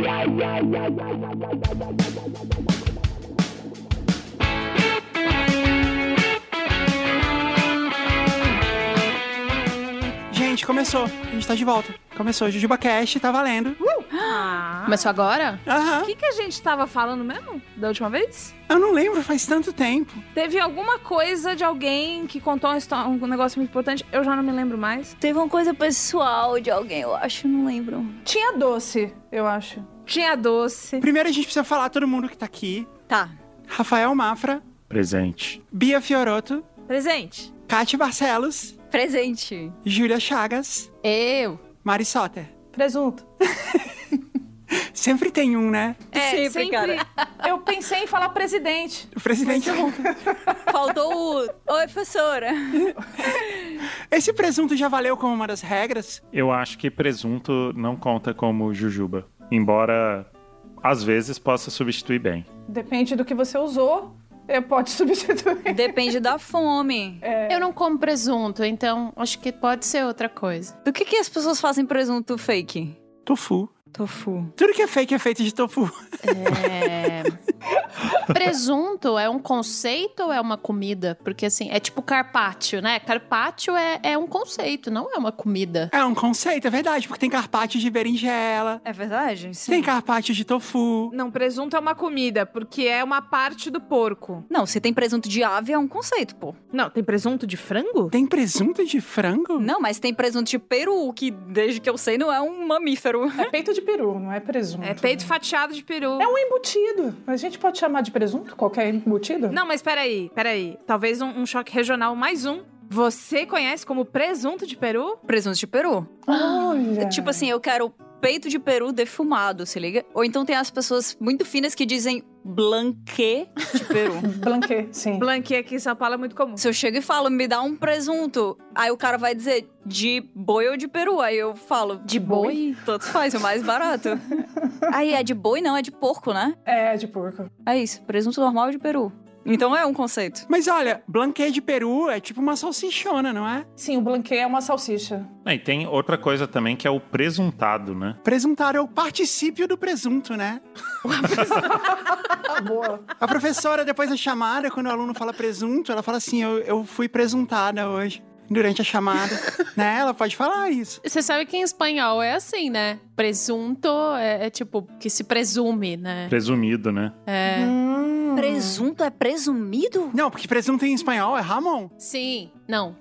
Gente, começou. A gente tá de volta. Começou. JujubaCast, tá valendo. Começou agora? Aham. O que a gente tava falando mesmo da última vez? Eu não lembro, faz tanto tempo. Teve alguma coisa de alguém que contou um negócio muito importante, eu já não me lembro mais. Teve uma coisa pessoal de alguém, eu acho, não lembro. Tinha doce, eu acho. Tinha doce. Primeiro a gente precisa falar todo mundo que tá aqui. Tá. Rafael Mafra. Presente. Bia Fioroto. Presente. Kátia Barcelos. Presente. Júlia Chagas. Eu. Mari Soter. Presunto. Sempre tem um, né? Sempre, cara. Eu pensei em falar presidente. O presidente é bom. Faltou o... Oi, professora. Esse presunto já valeu como uma das regras? Eu acho que presunto não conta como jujuba. Embora, às vezes, possa substituir bem. Depende do que você usou, pode substituir. Depende da fome. Eu não como presunto, então acho que pode ser outra coisa. Do que as pessoas fazem presunto fake? Tofu. Tofu. Tudo que é fake é feito de tofu. Presunto é um conceito ou é uma comida? Porque assim, é tipo carpaccio, né? Carpaccio é um conceito, não é uma comida. É um conceito, é verdade, porque tem carpaccio de berinjela, É verdade? Sim. tem carpaccio de tofu. Não, presunto é uma comida, porque é uma parte do porco. Não, se tem presunto de ave é um conceito, pô. Não, tem presunto de frango? Tem presunto de frango? Não, mas tem presunto de peru, que desde que eu sei não é um mamífero. É peito de peru, não é presunto. É peito fatiado de peru. É um embutido. A gente pode chamar de presunto qualquer embutido? Não, mas peraí. Talvez um choque regional mais um. Você conhece como presunto de peru? Presunto de peru. Olha. Tipo assim, eu quero peito de peru defumado, se liga? Ou então tem as pessoas muito finas que dizem blanquê de peru. Blanquê, sim. Blanquê aqui em São Paulo é muito comum. Se eu chego e falo, me dá um presunto, aí o cara vai dizer de boi ou de peru. Aí eu falo, De boi? tanto faz, é o mais barato. Aí é de boi, não, é de porco, né? É, de porco. É isso, presunto normal de peru. Então é um conceito. Mas olha, blanquê de peru é tipo uma salsichona, não é? Sim, o blanquê é uma salsicha. E tem outra coisa também que é o presuntado, né? Presuntado é o particípio do presunto, né? Ah, boa. A professora, depois da chamada, quando o aluno fala presunto, ela fala assim, eu fui presuntada hoje. Durante a chamada, né? Ela pode falar isso. Você sabe que em espanhol é assim, né? Presunto é tipo que se presume, né? Presumido, né? Presunto é presumido? Não, porque presunto em espanhol é Ramon. Sim, não.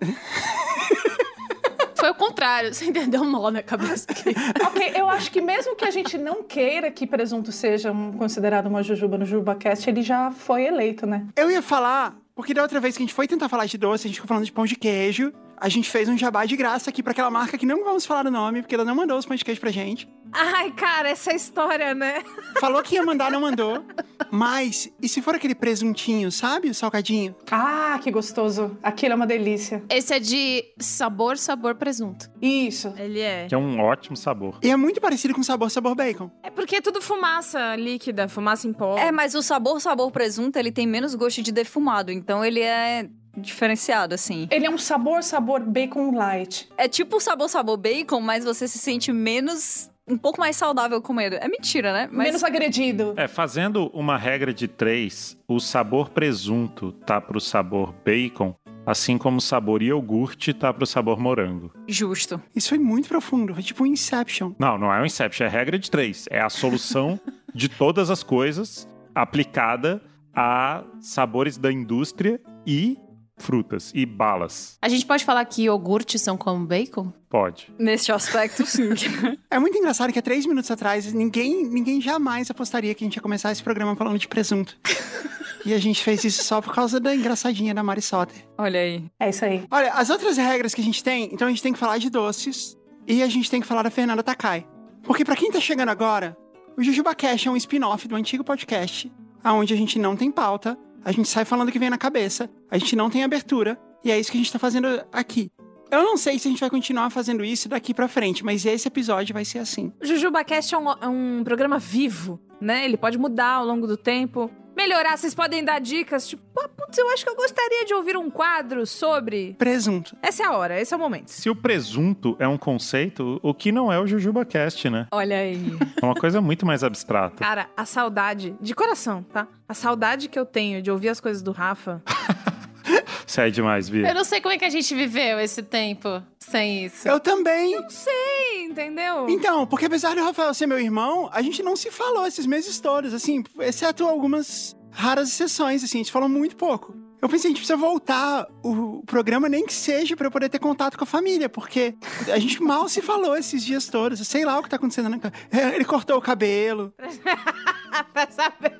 Foi o contrário, você entendeu um nó na cabeça aqui. Ok, eu acho que mesmo que a gente não queira que presunto seja considerado uma jujuba no JujubaCast, ele já foi eleito, né? Eu ia falar, porque da outra vez que a gente foi tentar falar de doce, a gente ficou falando de pão de queijo. A gente fez um jabá de graça aqui pra aquela marca que não vamos falar o nome, porque ela não mandou os pão de queijo pra gente. Ai, cara, essa história, né? Falou que ia mandar, não mandou. Mas, e se for aquele presuntinho, sabe? O salgadinho? Ah, que gostoso. Aquilo é uma delícia. Esse é de sabor presunto. Isso. Ele é. Que é um ótimo sabor. E é muito parecido com sabor bacon. É porque é tudo fumaça líquida, fumaça em pó. É, mas o sabor presunto, ele tem menos gosto de defumado, então ele é diferenciado, assim. Ele é um sabor bacon light. É tipo o sabor bacon, mas você se sente um pouco mais saudável comendo. É mentira, né? Mas Menos agredido. Fazendo uma regra de 3, o sabor presunto tá pro sabor bacon, assim como o sabor iogurte tá pro sabor morango. justo. Isso foi muito profundo, foi tipo um Inception. Não é um Inception, é regra de 3. É a solução de todas as coisas aplicada a sabores da indústria e frutas e balas. A gente pode falar que iogurtes são como bacon? Pode. Neste aspecto, sim. É muito engraçado que há 3 minutos atrás, ninguém jamais apostaria que a gente ia começar esse programa falando de presunto. E a gente fez isso só por causa da engraçadinha da Mari Soter. Olha aí. É isso aí. Olha, as outras regras que a gente tem, então a gente tem que falar de doces e a gente tem que falar da Fernanda Takai. Porque pra quem tá chegando agora, o JujubaCast é um spin-off do antigo podcast, onde a gente não tem pauta, a gente sai falando o que vem na cabeça, a gente não tem abertura, e é isso que a gente tá fazendo aqui. Eu não sei se a gente vai continuar fazendo isso daqui pra frente, mas esse episódio vai ser assim. O JujubaCast é um programa vivo, né? Ele pode mudar ao longo do tempo. melhorar, vocês podem dar dicas, tipo, putz, eu acho que eu gostaria de ouvir um quadro sobre... Presunto. Essa é a hora, esse é o momento. Se o presunto é um conceito, o que não é o JujubaCast, né? Olha aí. É uma coisa muito mais abstrata. Cara, a saudade, de coração, tá? A saudade que eu tenho de ouvir as coisas do Rafa... Isso é demais, Bia. Eu não sei como é que a gente viveu esse tempo sem isso. Eu também. Não sei, entendeu? Então, porque apesar do Rafael ser meu irmão, a gente não se falou esses meses todos, assim, exceto algumas raras exceções, assim, a gente falou muito pouco. Eu pensei, a gente precisa voltar o programa, nem que seja pra eu poder ter contato com a família, porque a gente mal se falou esses dias todos. Eu sei lá o que tá acontecendo. Ele cortou o cabelo. Pra saber.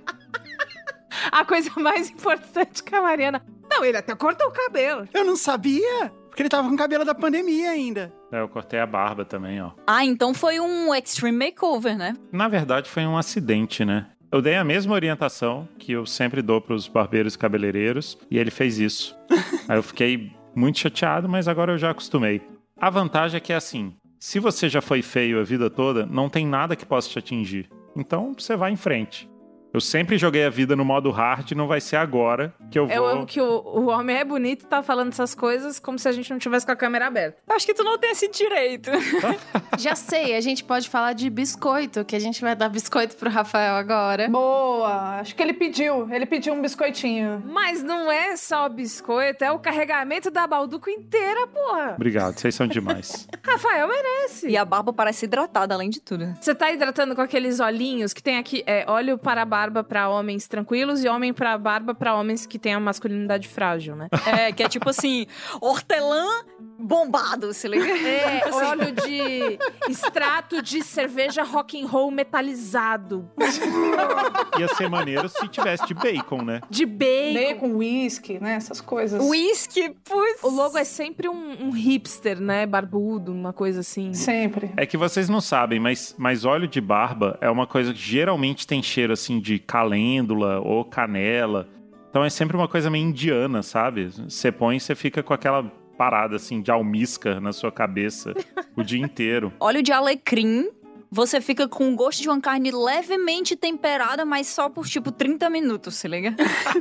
A coisa mais importante que a Mariana... Não, ele até cortou o cabelo. Eu não sabia, porque ele tava com o cabelo da pandemia ainda. Eu cortei a barba também, ó. Ah, então foi um extreme makeover, né? Na verdade, foi um acidente, né? Eu dei a mesma orientação que eu sempre dou pros barbeiros e cabeleireiros, e ele fez isso. Aí eu fiquei muito chateado, mas agora eu já acostumei. A vantagem é que é assim, se você já foi feio a vida toda, não tem nada que possa te atingir. Então, você vai em frente. Eu sempre joguei a vida no modo hard, não vai ser agora que eu vou... Eu amo que o homem é bonito e tá falando essas coisas como se a gente não tivesse com a câmera aberta. Eu acho que tu não tem esse direito. Já sei, a gente pode falar de biscoito, que a gente vai dar biscoito pro Rafael agora. Boa! Acho que ele pediu um biscoitinho. Mas não é só biscoito, é o carregamento da Balduco inteira, porra. Obrigado, vocês são demais. Rafael merece. E a barba parece hidratada, além de tudo. Você tá hidratando com aqueles olhinhos que tem aqui, óleo para a barba pra homens tranquilos e homem pra barba pra homens que têm a masculinidade frágil, né? É, que é tipo assim, hortelã bombado, se liga? É, óleo de extrato de cerveja rock and roll metalizado. Ia ser maneiro se tivesse de bacon, né? De bacon. Bacon, whisky, né? Essas coisas. Whisky, putz. O logo é sempre um hipster, né? Barbudo, uma coisa assim. Sempre. É que vocês não sabem, mas óleo de barba é uma coisa que geralmente tem cheiro, assim, de calêndula ou canela. Então é sempre uma coisa meio indiana, sabe? Você põe e você fica com aquela parada, assim, de almíscar na sua cabeça o dia inteiro. Óleo de alecrim, você fica com o gosto de uma carne levemente temperada, mas só por, tipo, 30 minutos, se liga?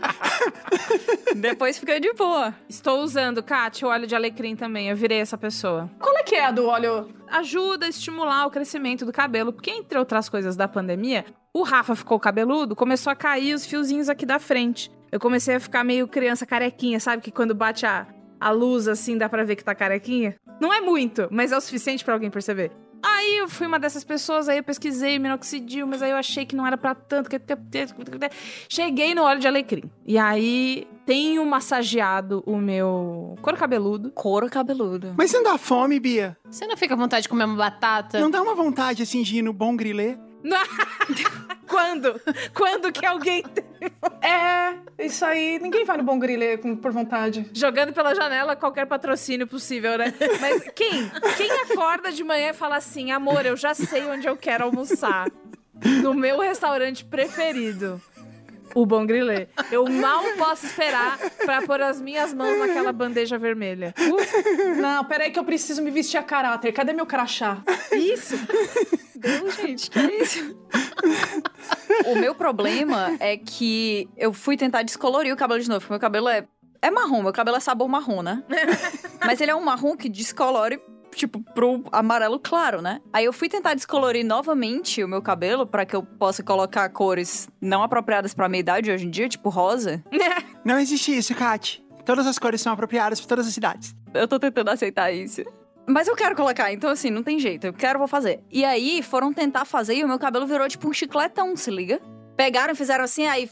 Depois fica de boa. Estou usando, Kátia, o óleo de alecrim também. Eu virei essa pessoa. Qual é que é a do óleo? Ajuda a estimular o crescimento do cabelo, porque entre outras coisas da pandemia, o Rafa ficou cabeludo, começou a cair os fiozinhos aqui da frente. Eu comecei a ficar meio criança carequinha, sabe? Que quando bate a luz assim, dá pra ver que tá carequinha. Não é muito, mas é o suficiente pra alguém perceber. Aí eu fui uma dessas pessoas, aí eu pesquisei minoxidil, mas aí eu achei que não era pra tanto. Cheguei no óleo de alecrim. E aí tenho massageado o meu couro cabeludo. Couro cabeludo. Mas você não dá fome, Bia? Você não fica com vontade de comer uma batata? Não dá uma vontade, assim, de ir no Bom Grilê? Quando? Quando que alguém... É, isso aí. Ninguém vai no Bom Grilê por vontade. Jogando pela janela qualquer patrocínio possível, né? Mas quem acorda de manhã e fala assim, amor, eu já sei onde eu quero almoçar. No meu restaurante preferido. O Bom Grilê. Eu mal posso esperar pra pôr as minhas mãos naquela bandeja vermelha. Não, peraí que eu preciso me vestir a caráter. Cadê meu crachá? Isso. Deus, gente, que isso? O meu problema é que eu fui tentar descolorir o cabelo de novo, porque meu cabelo é marrom, meu cabelo é sabor marrom, né? Mas ele é um marrom que descolore, tipo, pro amarelo claro, né? Aí eu fui tentar descolorir novamente o meu cabelo pra que eu possa colocar cores não apropriadas pra minha idade hoje em dia, tipo rosa. Não existe isso, Kati. Todas as cores são apropriadas para todas as idades. Eu tô tentando aceitar isso. Mas eu quero colocar, então assim, não tem jeito. Eu quero, vou fazer. E aí, foram tentar fazer e o meu cabelo virou tipo um chicletão, se liga? Pegaram e fizeram assim, aí...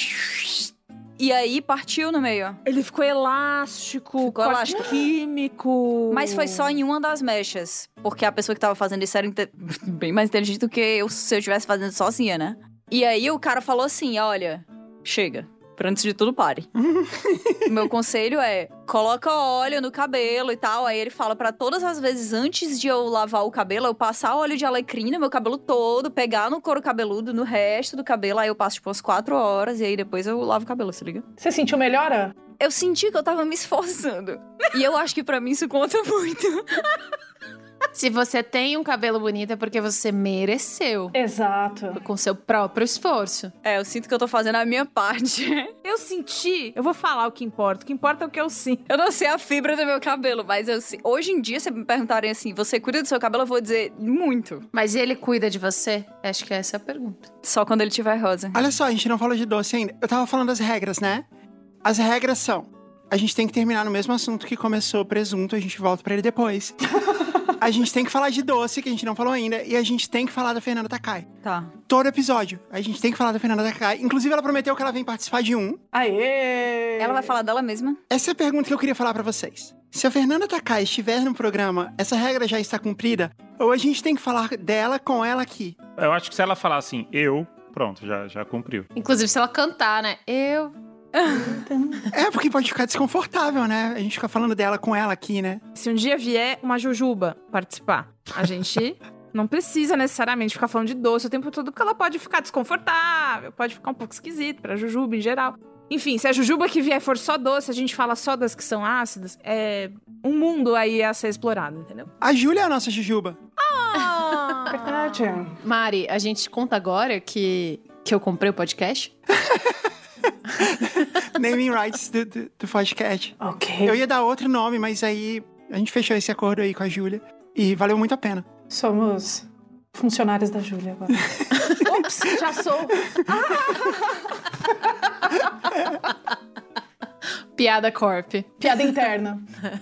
E aí, partiu no meio, ó. Ele ficou elástico, Ficou elástico. químico. Mas foi só em uma das mechas. Porque a pessoa que tava fazendo isso era bem mais inteligente do que eu, se eu estivesse fazendo sozinha, né? E aí, o cara falou assim, olha, chega. Pra antes de tudo, pare. O meu conselho é, coloca óleo no cabelo e tal. Aí ele fala pra todas as vezes, antes de eu lavar o cabelo, eu passar óleo de alecrim no meu cabelo todo, pegar no couro cabeludo, no resto do cabelo. Aí eu passo, tipo, umas 4 horas e aí depois eu lavo o cabelo, se liga? Você sentiu melhora? Eu senti que eu tava me esforçando. E eu acho que pra mim isso conta muito. Se você tem um cabelo bonito é porque você mereceu. Exato. Com seu próprio esforço. Eu sinto que eu tô fazendo a minha parte. Eu vou falar o que importa é o que eu sinto. Eu não sei a fibra do meu cabelo, mas hoje em dia, se me perguntarem assim, você cuida do seu cabelo, eu vou dizer muito. Mas ele cuida de você? Acho que essa é a pergunta. Só quando ele tiver rosa. Olha só, a gente não falou de doce ainda. Eu tava falando das regras, né? As regras são: a gente tem que terminar no mesmo assunto que começou o presunto, a gente volta pra ele depois. A gente tem que falar de doce, que a gente não falou ainda, e a gente tem que falar da Fernanda Takai. Tá. Todo episódio, a gente tem que falar da Fernanda Takai. Inclusive, ela prometeu que ela vem participar de um. Aê! Ela vai falar dela mesma? Essa é a pergunta que eu queria falar pra vocês. Se a Fernanda Takai estiver no programa, essa regra já está cumprida? Ou a gente tem que falar dela com ela aqui? Eu acho que se ela falar assim, pronto, já cumpriu. Inclusive, se ela cantar, né? É, porque pode ficar desconfortável, né? A gente fica falando dela com ela aqui, né? Se um dia vier uma Jujuba participar, a gente não precisa necessariamente ficar falando de doce o tempo todo, porque ela pode ficar desconfortável, pode ficar um pouco esquisito pra Jujuba em geral. Enfim, se a Jujuba que vier for só doce, a gente fala só das que são ácidas, é um mundo aí a ser explorado, entendeu? A Júlia é a nossa Jujuba. Verdade. Mari, a gente conta agora que eu comprei o podcast? Naming rights do podcast. Ok. Eu ia dar outro nome, mas aí a gente fechou esse acordo aí com a Júlia. E valeu muito a pena. Somos funcionários da Júlia agora. Ops, já sou. Piada corp. Piada interna.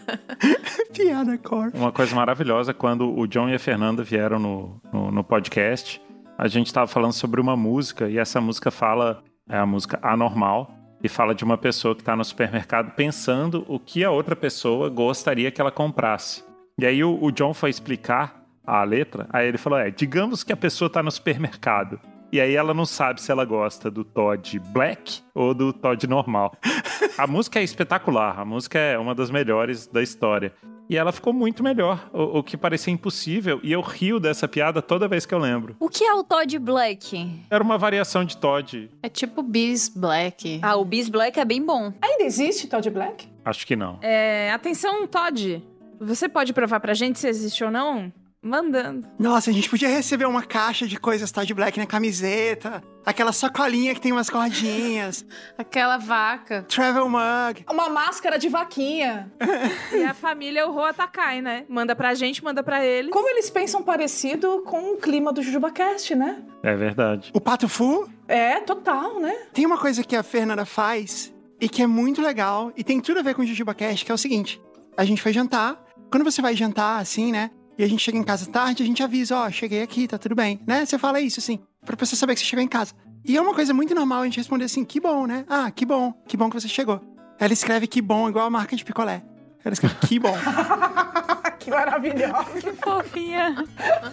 Piada corp. Uma coisa maravilhosa, quando o John e a Fernanda vieram no podcast, a gente estava falando sobre uma música, e essa música é a música Anormal, e fala de uma pessoa que está no supermercado pensando o que a outra pessoa gostaria que ela comprasse. E aí o John foi explicar a letra, aí ele falou, digamos que a pessoa está no supermercado, e aí ela não sabe se ela gosta do Todd Black ou do Todd normal. A música é espetacular, a música é uma das melhores da história. E ela ficou muito melhor, o que parecia impossível, e eu rio dessa piada toda vez que eu lembro. O que é o Todd Black? Era uma variação de Todd. É tipo Bis Black. Ah, o Bis Black é bem bom. Ainda existe Todd Black? Acho que não. Atenção, Todd. Você pode provar pra gente se existe ou não? Mandando. Nossa, a gente podia receber uma caixa de coisas Todd Black na camiseta. Aquela sacolinha que tem umas cordinhas. Aquela vaca. Travel mug. Uma máscara de vaquinha. E a família Rua Takai, né? Manda pra gente, manda pra eles. Como eles pensam parecido com o clima do JujubaCast, né? É verdade. O Pato Fu. É, total, né? Tem uma coisa que a Fernanda faz e que é muito legal e tem tudo a ver com o JujubaCast, que é o seguinte. A gente foi jantar. Quando você vai jantar, assim, né? E a gente chega em casa tarde, a gente avisa, cheguei aqui, tá tudo bem, né? Você fala isso, assim, pra pessoa saber que você chegou em casa. E é uma coisa muito normal a gente responder assim, que bom, né? Ah, que bom que você chegou. Ela escreve que bom igual a marca de picolé. Ela escreve que bom. Que maravilhosa. Que fofinha.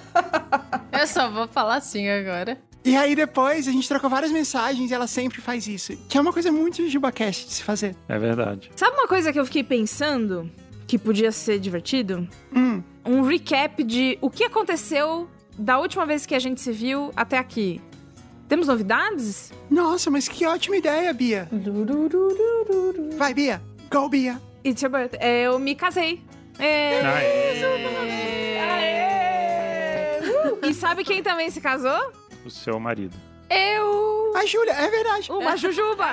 Eu só vou falar assim agora. E aí depois a gente trocou várias mensagens e ela sempre faz isso. Que é uma coisa muito JujubaCast de se fazer. É verdade. Sabe uma coisa que eu fiquei pensando que podia ser divertido? Um recap de o que aconteceu da última vez que a gente se viu até aqui. Temos novidades? Nossa, mas que ótima ideia, Bia. Vai, Bia. Go, Bia. It's your birthday. Eu me casei. E sabe quem também se casou? O seu marido. Eu! A Júlia, é verdade. Uma Jujuba!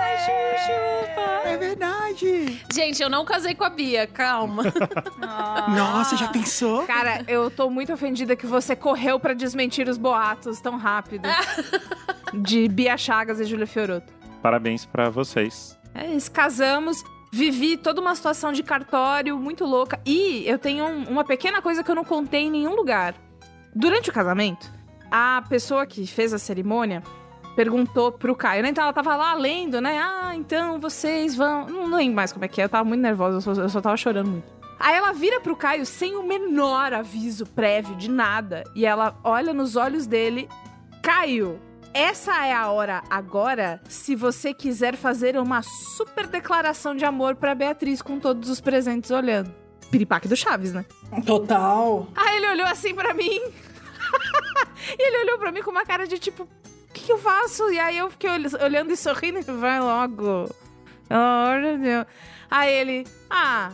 É verdade. Gente, eu não casei com a Bia, calma. Nossa, já pensou? Cara, eu tô muito ofendida que você correu pra desmentir os boatos tão rápido. De Bia Chagas e Júlia Fiorotto. Parabéns pra vocês. É isso, casamos. Vivi toda uma situação de cartório muito louca. E eu tenho uma pequena coisa que eu não contei em nenhum lugar. Durante o casamento, a pessoa que fez a cerimônia perguntou pro Caio, né? Então ela tava lá lendo, né? Ah, então vocês vão... Não lembro mais como é que é, eu tava muito nervosa, eu só tava chorando muito. Aí ela vira pro Caio sem o menor aviso prévio de nada. E ela olha nos olhos dele. Caio, essa é a hora agora se você quiser fazer uma super declaração de amor pra Beatriz com todos os presentes olhando. Piripaque do Chaves, né? Total. Aí ele olhou assim pra mim. E ele olhou pra mim com uma cara de tipo, o que eu faço? E aí eu fiquei olhando e sorrindo e vai logo. Oh, meu Deus. Aí ele,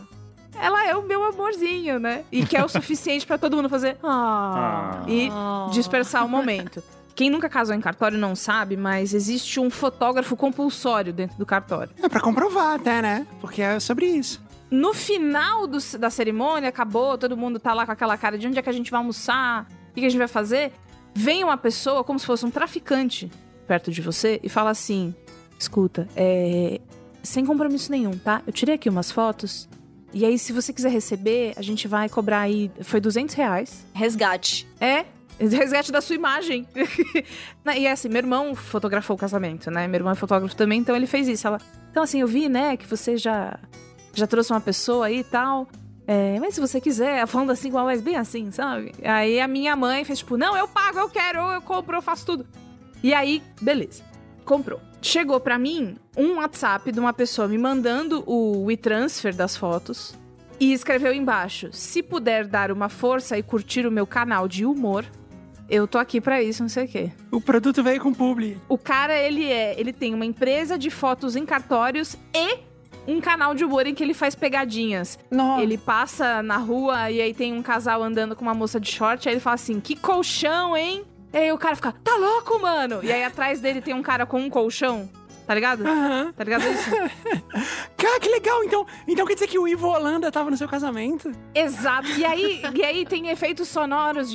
ela é o meu amorzinho, né? E que é o suficiente pra todo mundo fazer e dispersar o momento. Quem nunca casou em cartório não sabe, mas existe um fotógrafo compulsório dentro do cartório. É pra comprovar até, né? Porque é sobre isso. No final da cerimônia, acabou, todo mundo tá lá com aquela cara de onde é que a gente vai almoçar, o que a gente vai fazer. Vem uma pessoa, como se fosse um traficante, perto de você e fala assim, escuta, sem compromisso nenhum, tá? Eu tirei aqui umas fotos e aí se você quiser receber, a gente vai cobrar aí, foi R$200. Resgate. Resgate da sua imagem. E assim, meu irmão fotografou o casamento, né? Meu irmão é fotógrafo também, então ele fez isso. Então assim, eu vi, né, que você já trouxe uma pessoa aí e tal. Mas se você quiser, falando assim, igual, mas bem assim, sabe? Aí a minha mãe fez tipo, não, eu pago, eu quero, eu compro, eu faço tudo. E aí, beleza. Comprou. Chegou pra mim um WhatsApp de uma pessoa me mandando o WeTransfer das fotos e escreveu embaixo, se puder dar uma força e curtir o meu canal de humor, eu tô aqui pra isso, não sei o quê. O produto veio com publi. O cara, ele tem uma empresa de fotos em cartórios e um canal de humor em que ele faz pegadinhas. Nossa. Ele passa na rua e aí tem um casal andando com uma moça de short, aí ele fala assim, que colchão, hein? E aí o cara fica, tá louco, mano? E aí atrás dele tem um cara com um colchão, tá ligado? Aham. Tá ligado isso? Cara, que legal! Então quer dizer que o Ivo Holanda tava no seu casamento? Exato. E aí tem efeitos sonoros de...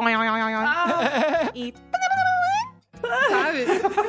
E... Sabe?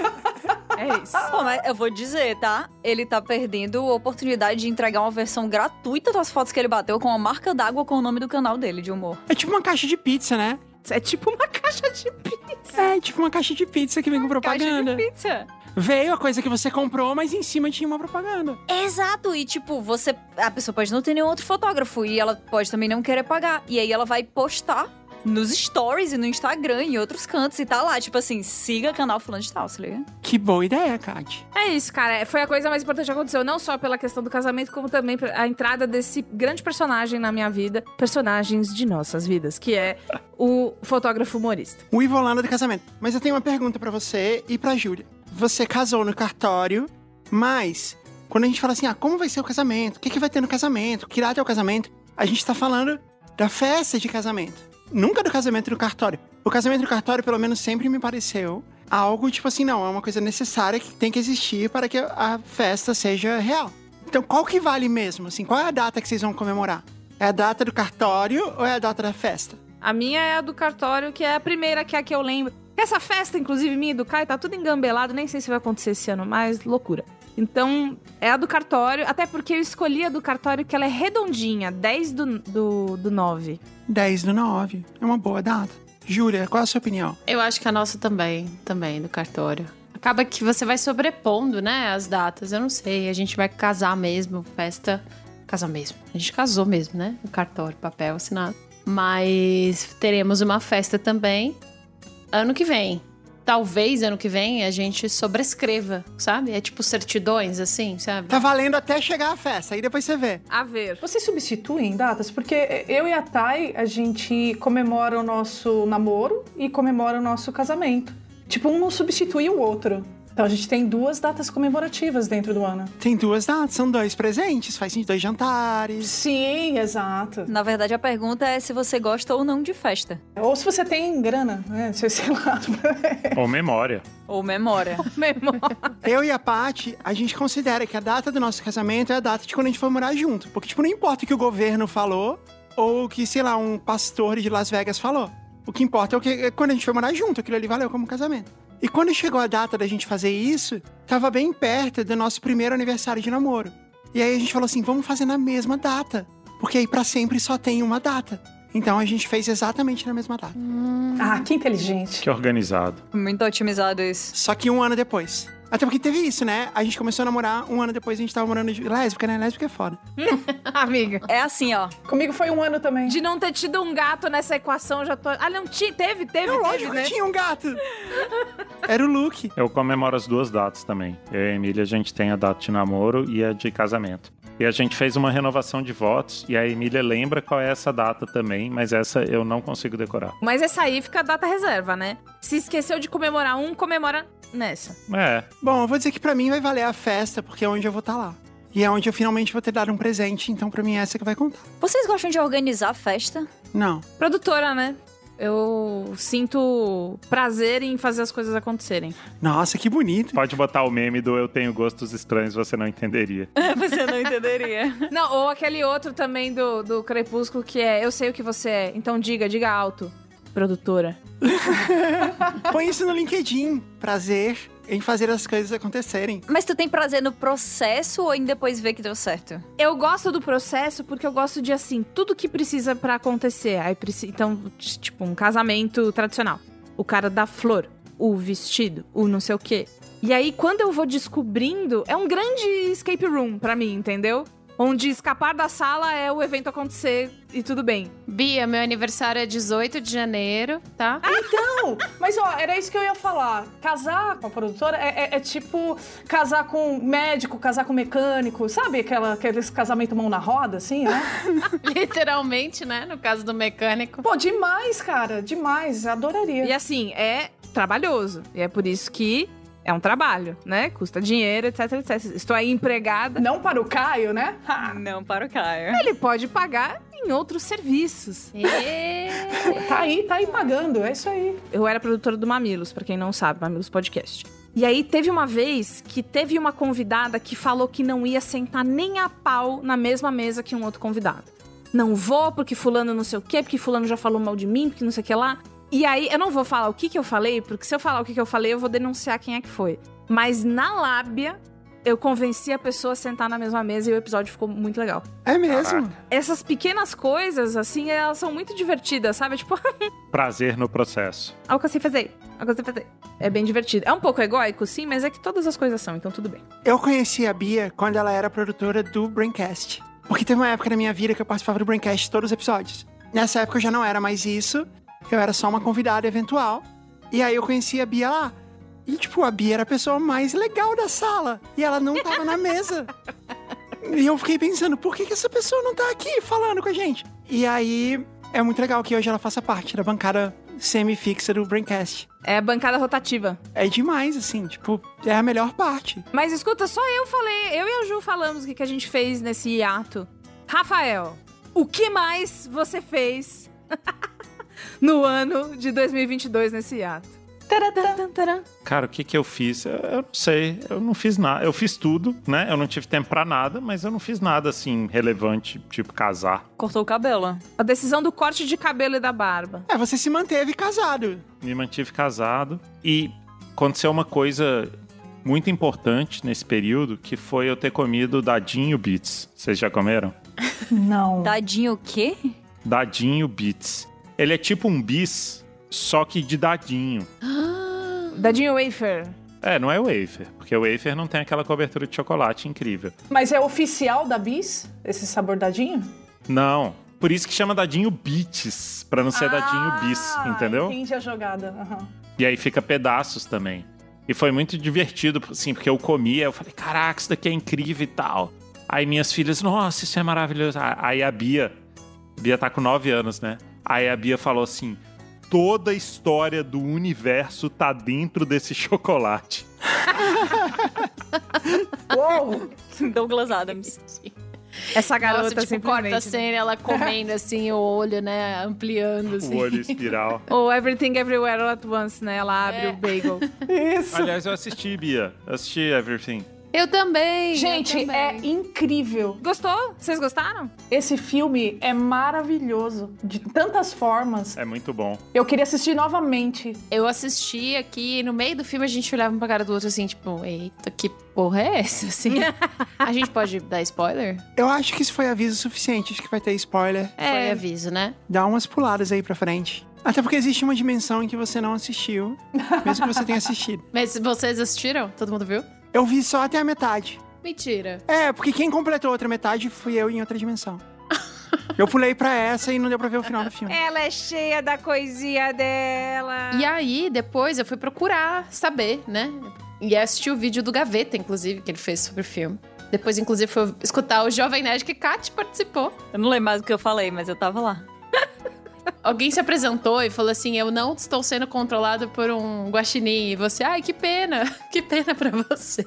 É isso. Pô, mas eu vou dizer, tá? Ele tá perdendo a oportunidade de entregar uma versão gratuita das fotos que ele bateu com uma marca d'água com o nome do canal dele, de humor. É tipo uma caixa de pizza, né? É tipo uma caixa de pizza. É tipo uma caixa de pizza que vem com propaganda. Caixa de pizza. Veio a coisa que você comprou, mas em cima tinha uma propaganda. Exato, e tipo, a pessoa pode não ter nenhum outro fotógrafo e ela pode também não querer pagar. E aí ela vai postar nos stories e no Instagram e em outros cantos e tá lá, tipo assim, siga canal fulano de tal, se liga? Que boa ideia, Kat. É isso, cara. Foi a coisa mais importante que aconteceu. Não só pela questão do casamento, como também a entrada desse grande personagem na minha vida. Personagens de nossas vidas, que é o fotógrafo humorista. O Ivo Holanda do casamento. Mas eu tenho uma pergunta pra você e pra Júlia. Você casou no cartório, mas quando a gente fala assim, como vai ser o casamento? O que vai ter no casamento? Que irá ter o casamento? A gente tá falando da festa de casamento. Nunca do casamento do cartório. O casamento do cartório, pelo menos, sempre me pareceu algo, tipo assim, não, é uma coisa necessária que tem que existir para que a festa seja real. Então, qual que vale mesmo? Assim, qual é a data que vocês vão comemorar? É a data do cartório ou é a data da festa? A minha é a do cartório, que é a primeira, que é a que eu lembro. Essa festa, inclusive, minha e do Caio, tá tudo engambelado, nem sei se vai acontecer esse ano mais, loucura. Então, é a do cartório, até porque eu escolhi a do cartório que ela é redondinha, 10 do 9. 10/9. É uma boa data. Júlia, qual é a sua opinião? Eu acho que a nossa também, do cartório. Acaba que você vai sobrepondo, né, as datas. Eu não sei, a gente vai casar mesmo, festa... Casar mesmo. A gente casou mesmo, né? No cartório, papel assinado. Mas teremos uma festa também ano que vem. Talvez ano que vem a gente sobrescreva, sabe? É tipo certidões, assim, sabe? Tá valendo até chegar a festa, aí depois você vê. A ver. Vocês substituem datas? Porque eu e a Thay, a gente comemora o nosso namoro e comemora o nosso casamento. Tipo, um não substitui o outro. Então a gente tem 2 datas comemorativas dentro do ano. Tem 2 datas, são 2 presentes, faz 2 jantares. Sim, exato. Na verdade, a pergunta é se você gosta ou não de festa. Ou se você tem grana, né? Sei lá. Ou memória. Ou memória. Eu e a Paty, a gente considera que a data do nosso casamento é a data de quando a gente for morar junto. Porque, tipo, não importa o que o governo falou ou o que, sei lá, um pastor de Las Vegas falou. O que importa é o que quando a gente for morar junto, aquilo ali valeu como casamento. E quando chegou a data da gente fazer isso, tava bem perto do nosso primeiro aniversário de namoro. E aí a gente falou assim, vamos fazer na mesma data. Porque aí pra sempre só tem uma data. Então a gente fez exatamente na mesma data. Ah, que inteligente. Que organizado. Muito otimizado isso. Só que 1 ano depois. Até porque teve isso, né? A gente começou a namorar, 1 ano depois a gente tava morando de lésbica, né? Lésbica é foda. Amiga. É assim, ó. Comigo foi 1 ano também. De não ter tido um gato nessa equação, já tô... Ah, não, teve, Não, lógico né? que tinha um gato. Era o Luke. Eu comemoro as 2 datas também. Eu e a Emília, a gente tem a data de namoro e a de casamento. E a gente fez uma renovação de votos e a Emília lembra qual é essa data também, mas essa eu não consigo decorar. Mas essa aí fica a data reserva, né? Se esqueceu de comemorar comemora nessa. É. Bom, eu vou dizer que pra mim vai valer a festa, porque é onde eu vou estar lá. E é onde eu finalmente vou ter dado um presente, então pra mim é essa que vai contar. Vocês gostam de organizar festa? Não. Produtora, né? Eu sinto prazer em fazer as coisas acontecerem. Nossa, que bonito. Pode botar o meme do eu tenho gostos estranhos, você não entenderia. Você não entenderia. Não, ou aquele outro também do Crepúsculo que é eu sei o que você é, então diga alto. Produtora. Põe isso no LinkedIn. Prazer em fazer as coisas acontecerem. Mas tu tem prazer no processo ou em depois ver que deu certo? Eu gosto do processo porque eu gosto de, assim, tudo que precisa pra acontecer. Então, tipo, um casamento tradicional. O cara dá flor, o vestido, o não sei o quê. E aí, quando eu vou descobrindo, é um grande escape room pra mim, entendeu? Onde escapar da sala é o evento acontecer e tudo bem. Bia, meu aniversário é 18 de janeiro, tá? Então, mas ó, era isso que eu ia falar. Casar com a produtora é tipo casar com médico, casar com mecânico, sabe? Aqueles casamento mão na roda, assim, né? Literalmente, né? No caso do mecânico. Pô, demais, cara, demais. Adoraria. E assim, é trabalhoso. E é por isso que é um trabalho, né? Custa dinheiro, etc, etc. Estou aí empregada. Não para o Caio, né? Não para o Caio. Ele pode pagar em outros serviços. Tá aí pagando, é isso aí. Eu era produtora do Mamilos, pra quem não sabe, Mamilos Podcast. E aí teve uma vez que teve uma convidada que falou que não ia sentar nem a pau na mesma mesa que um outro convidado. Não vou porque fulano não sei o quê, porque fulano já falou mal de mim, porque não sei o que lá. E aí, eu não vou falar o que eu falei, porque se eu falar o que eu falei, eu vou denunciar quem é que foi. Mas na lábia, eu convenci a pessoa a sentar na mesma mesa e o episódio ficou muito legal. É mesmo? Caraca. Essas pequenas coisas, assim, elas são muito divertidas, sabe? Tipo, Prazer no processo. algo que eu sei fazer. É bem divertido. É um pouco egóico, sim, mas é que todas as coisas são, então tudo bem. Eu conheci a Bia quando ela era produtora do Braincast. Porque teve uma época na minha vida que eu participava do Braincast todos os episódios. Nessa época eu já não era mais isso. Eu era só uma convidada eventual. E aí eu conheci a Bia lá. E, tipo, a Bia era a pessoa mais legal da sala. E ela não tava na mesa. E eu fiquei pensando, por que essa pessoa não tá aqui falando com a gente? E aí, é muito legal que hoje ela faça parte da bancada semi-fixa do Braincast. É a bancada rotativa. É demais, assim, tipo, é a melhor parte. Mas escuta, só eu e a Ju falamos o que a gente fez nesse hiato. Rafael, o que mais você fez no ano de 2022 nesse hiato? Cara, o que eu fiz? Eu não sei, eu não fiz nada. Eu fiz tudo, né? Eu não tive tempo pra nada, mas eu não fiz nada, assim, relevante, tipo casar. Cortou o cabelo. A decisão do corte de cabelo e da barba. É, você se manteve casado. Me mantive casado e aconteceu uma coisa muito importante nesse período, que foi eu ter comido Dadinho Beats. Vocês já comeram? Não. Dadinho o quê? Dadinho Beats. Ele é tipo um bis, só que de dadinho. Dadinho wafer. É, não é wafer, porque o wafer não tem aquela cobertura de chocolate incrível. Mas é oficial da Bis, esse sabor dadinho? Não, por isso que chama Dadinho Beats, pra não ser Dadinho Bis, entendeu? Entendi a jogada. Uhum. E aí fica pedaços também. E foi muito divertido, assim, porque eu comia, eu falei, caraca, isso daqui é incrível e tal. Aí minhas filhas, nossa, isso é maravilhoso. Aí a Bia tá com 9 anos, né? Aí a Bia falou assim, toda a história do universo tá dentro desse chocolate. Uou! Douglas Adams. Essa garota Nossa, tipo, simplesmente. corta a cena, ela comendo assim, o olho, né, ampliando, assim. O olho espiral. Ou Everything Everywhere All At Once, né? Ela abre o bagel. Isso. Aliás, eu assisti, Bia. Eu assisti Everything. Eu também. Gente, eu também. é incrível. Gostou? Vocês gostaram? Esse filme é maravilhoso, de tantas formas. É muito bom. Eu queria assistir novamente. Eu assisti aqui, no meio do filme a gente olhava um pra cara do outro assim, tipo, eita, que porra é essa, assim? A gente pode dar spoiler? Eu acho que isso foi aviso suficiente, acho que vai ter spoiler. Foi aviso, né? Dá umas puladas aí pra frente. Até porque existe uma dimensão em que você não assistiu, mesmo que você tenha assistido. Mas vocês assistiram? Todo mundo viu? Eu vi só até a metade. Mentira. É, porque quem completou a outra metade fui eu em outra dimensão. Eu pulei pra essa e não deu pra ver o final do filme. Ela é cheia da coisinha dela. E aí, depois eu fui procurar saber, né? E assisti o vídeo do Gaveta, inclusive, que ele fez sobre o filme. Depois, inclusive, foi escutar o Jovem Nerd que Kat participou. Eu não lembro mais do que eu falei, mas eu tava lá. Alguém se apresentou e falou assim, eu não estou sendo controlado por um guaxinim. E você, ai, que pena pra você.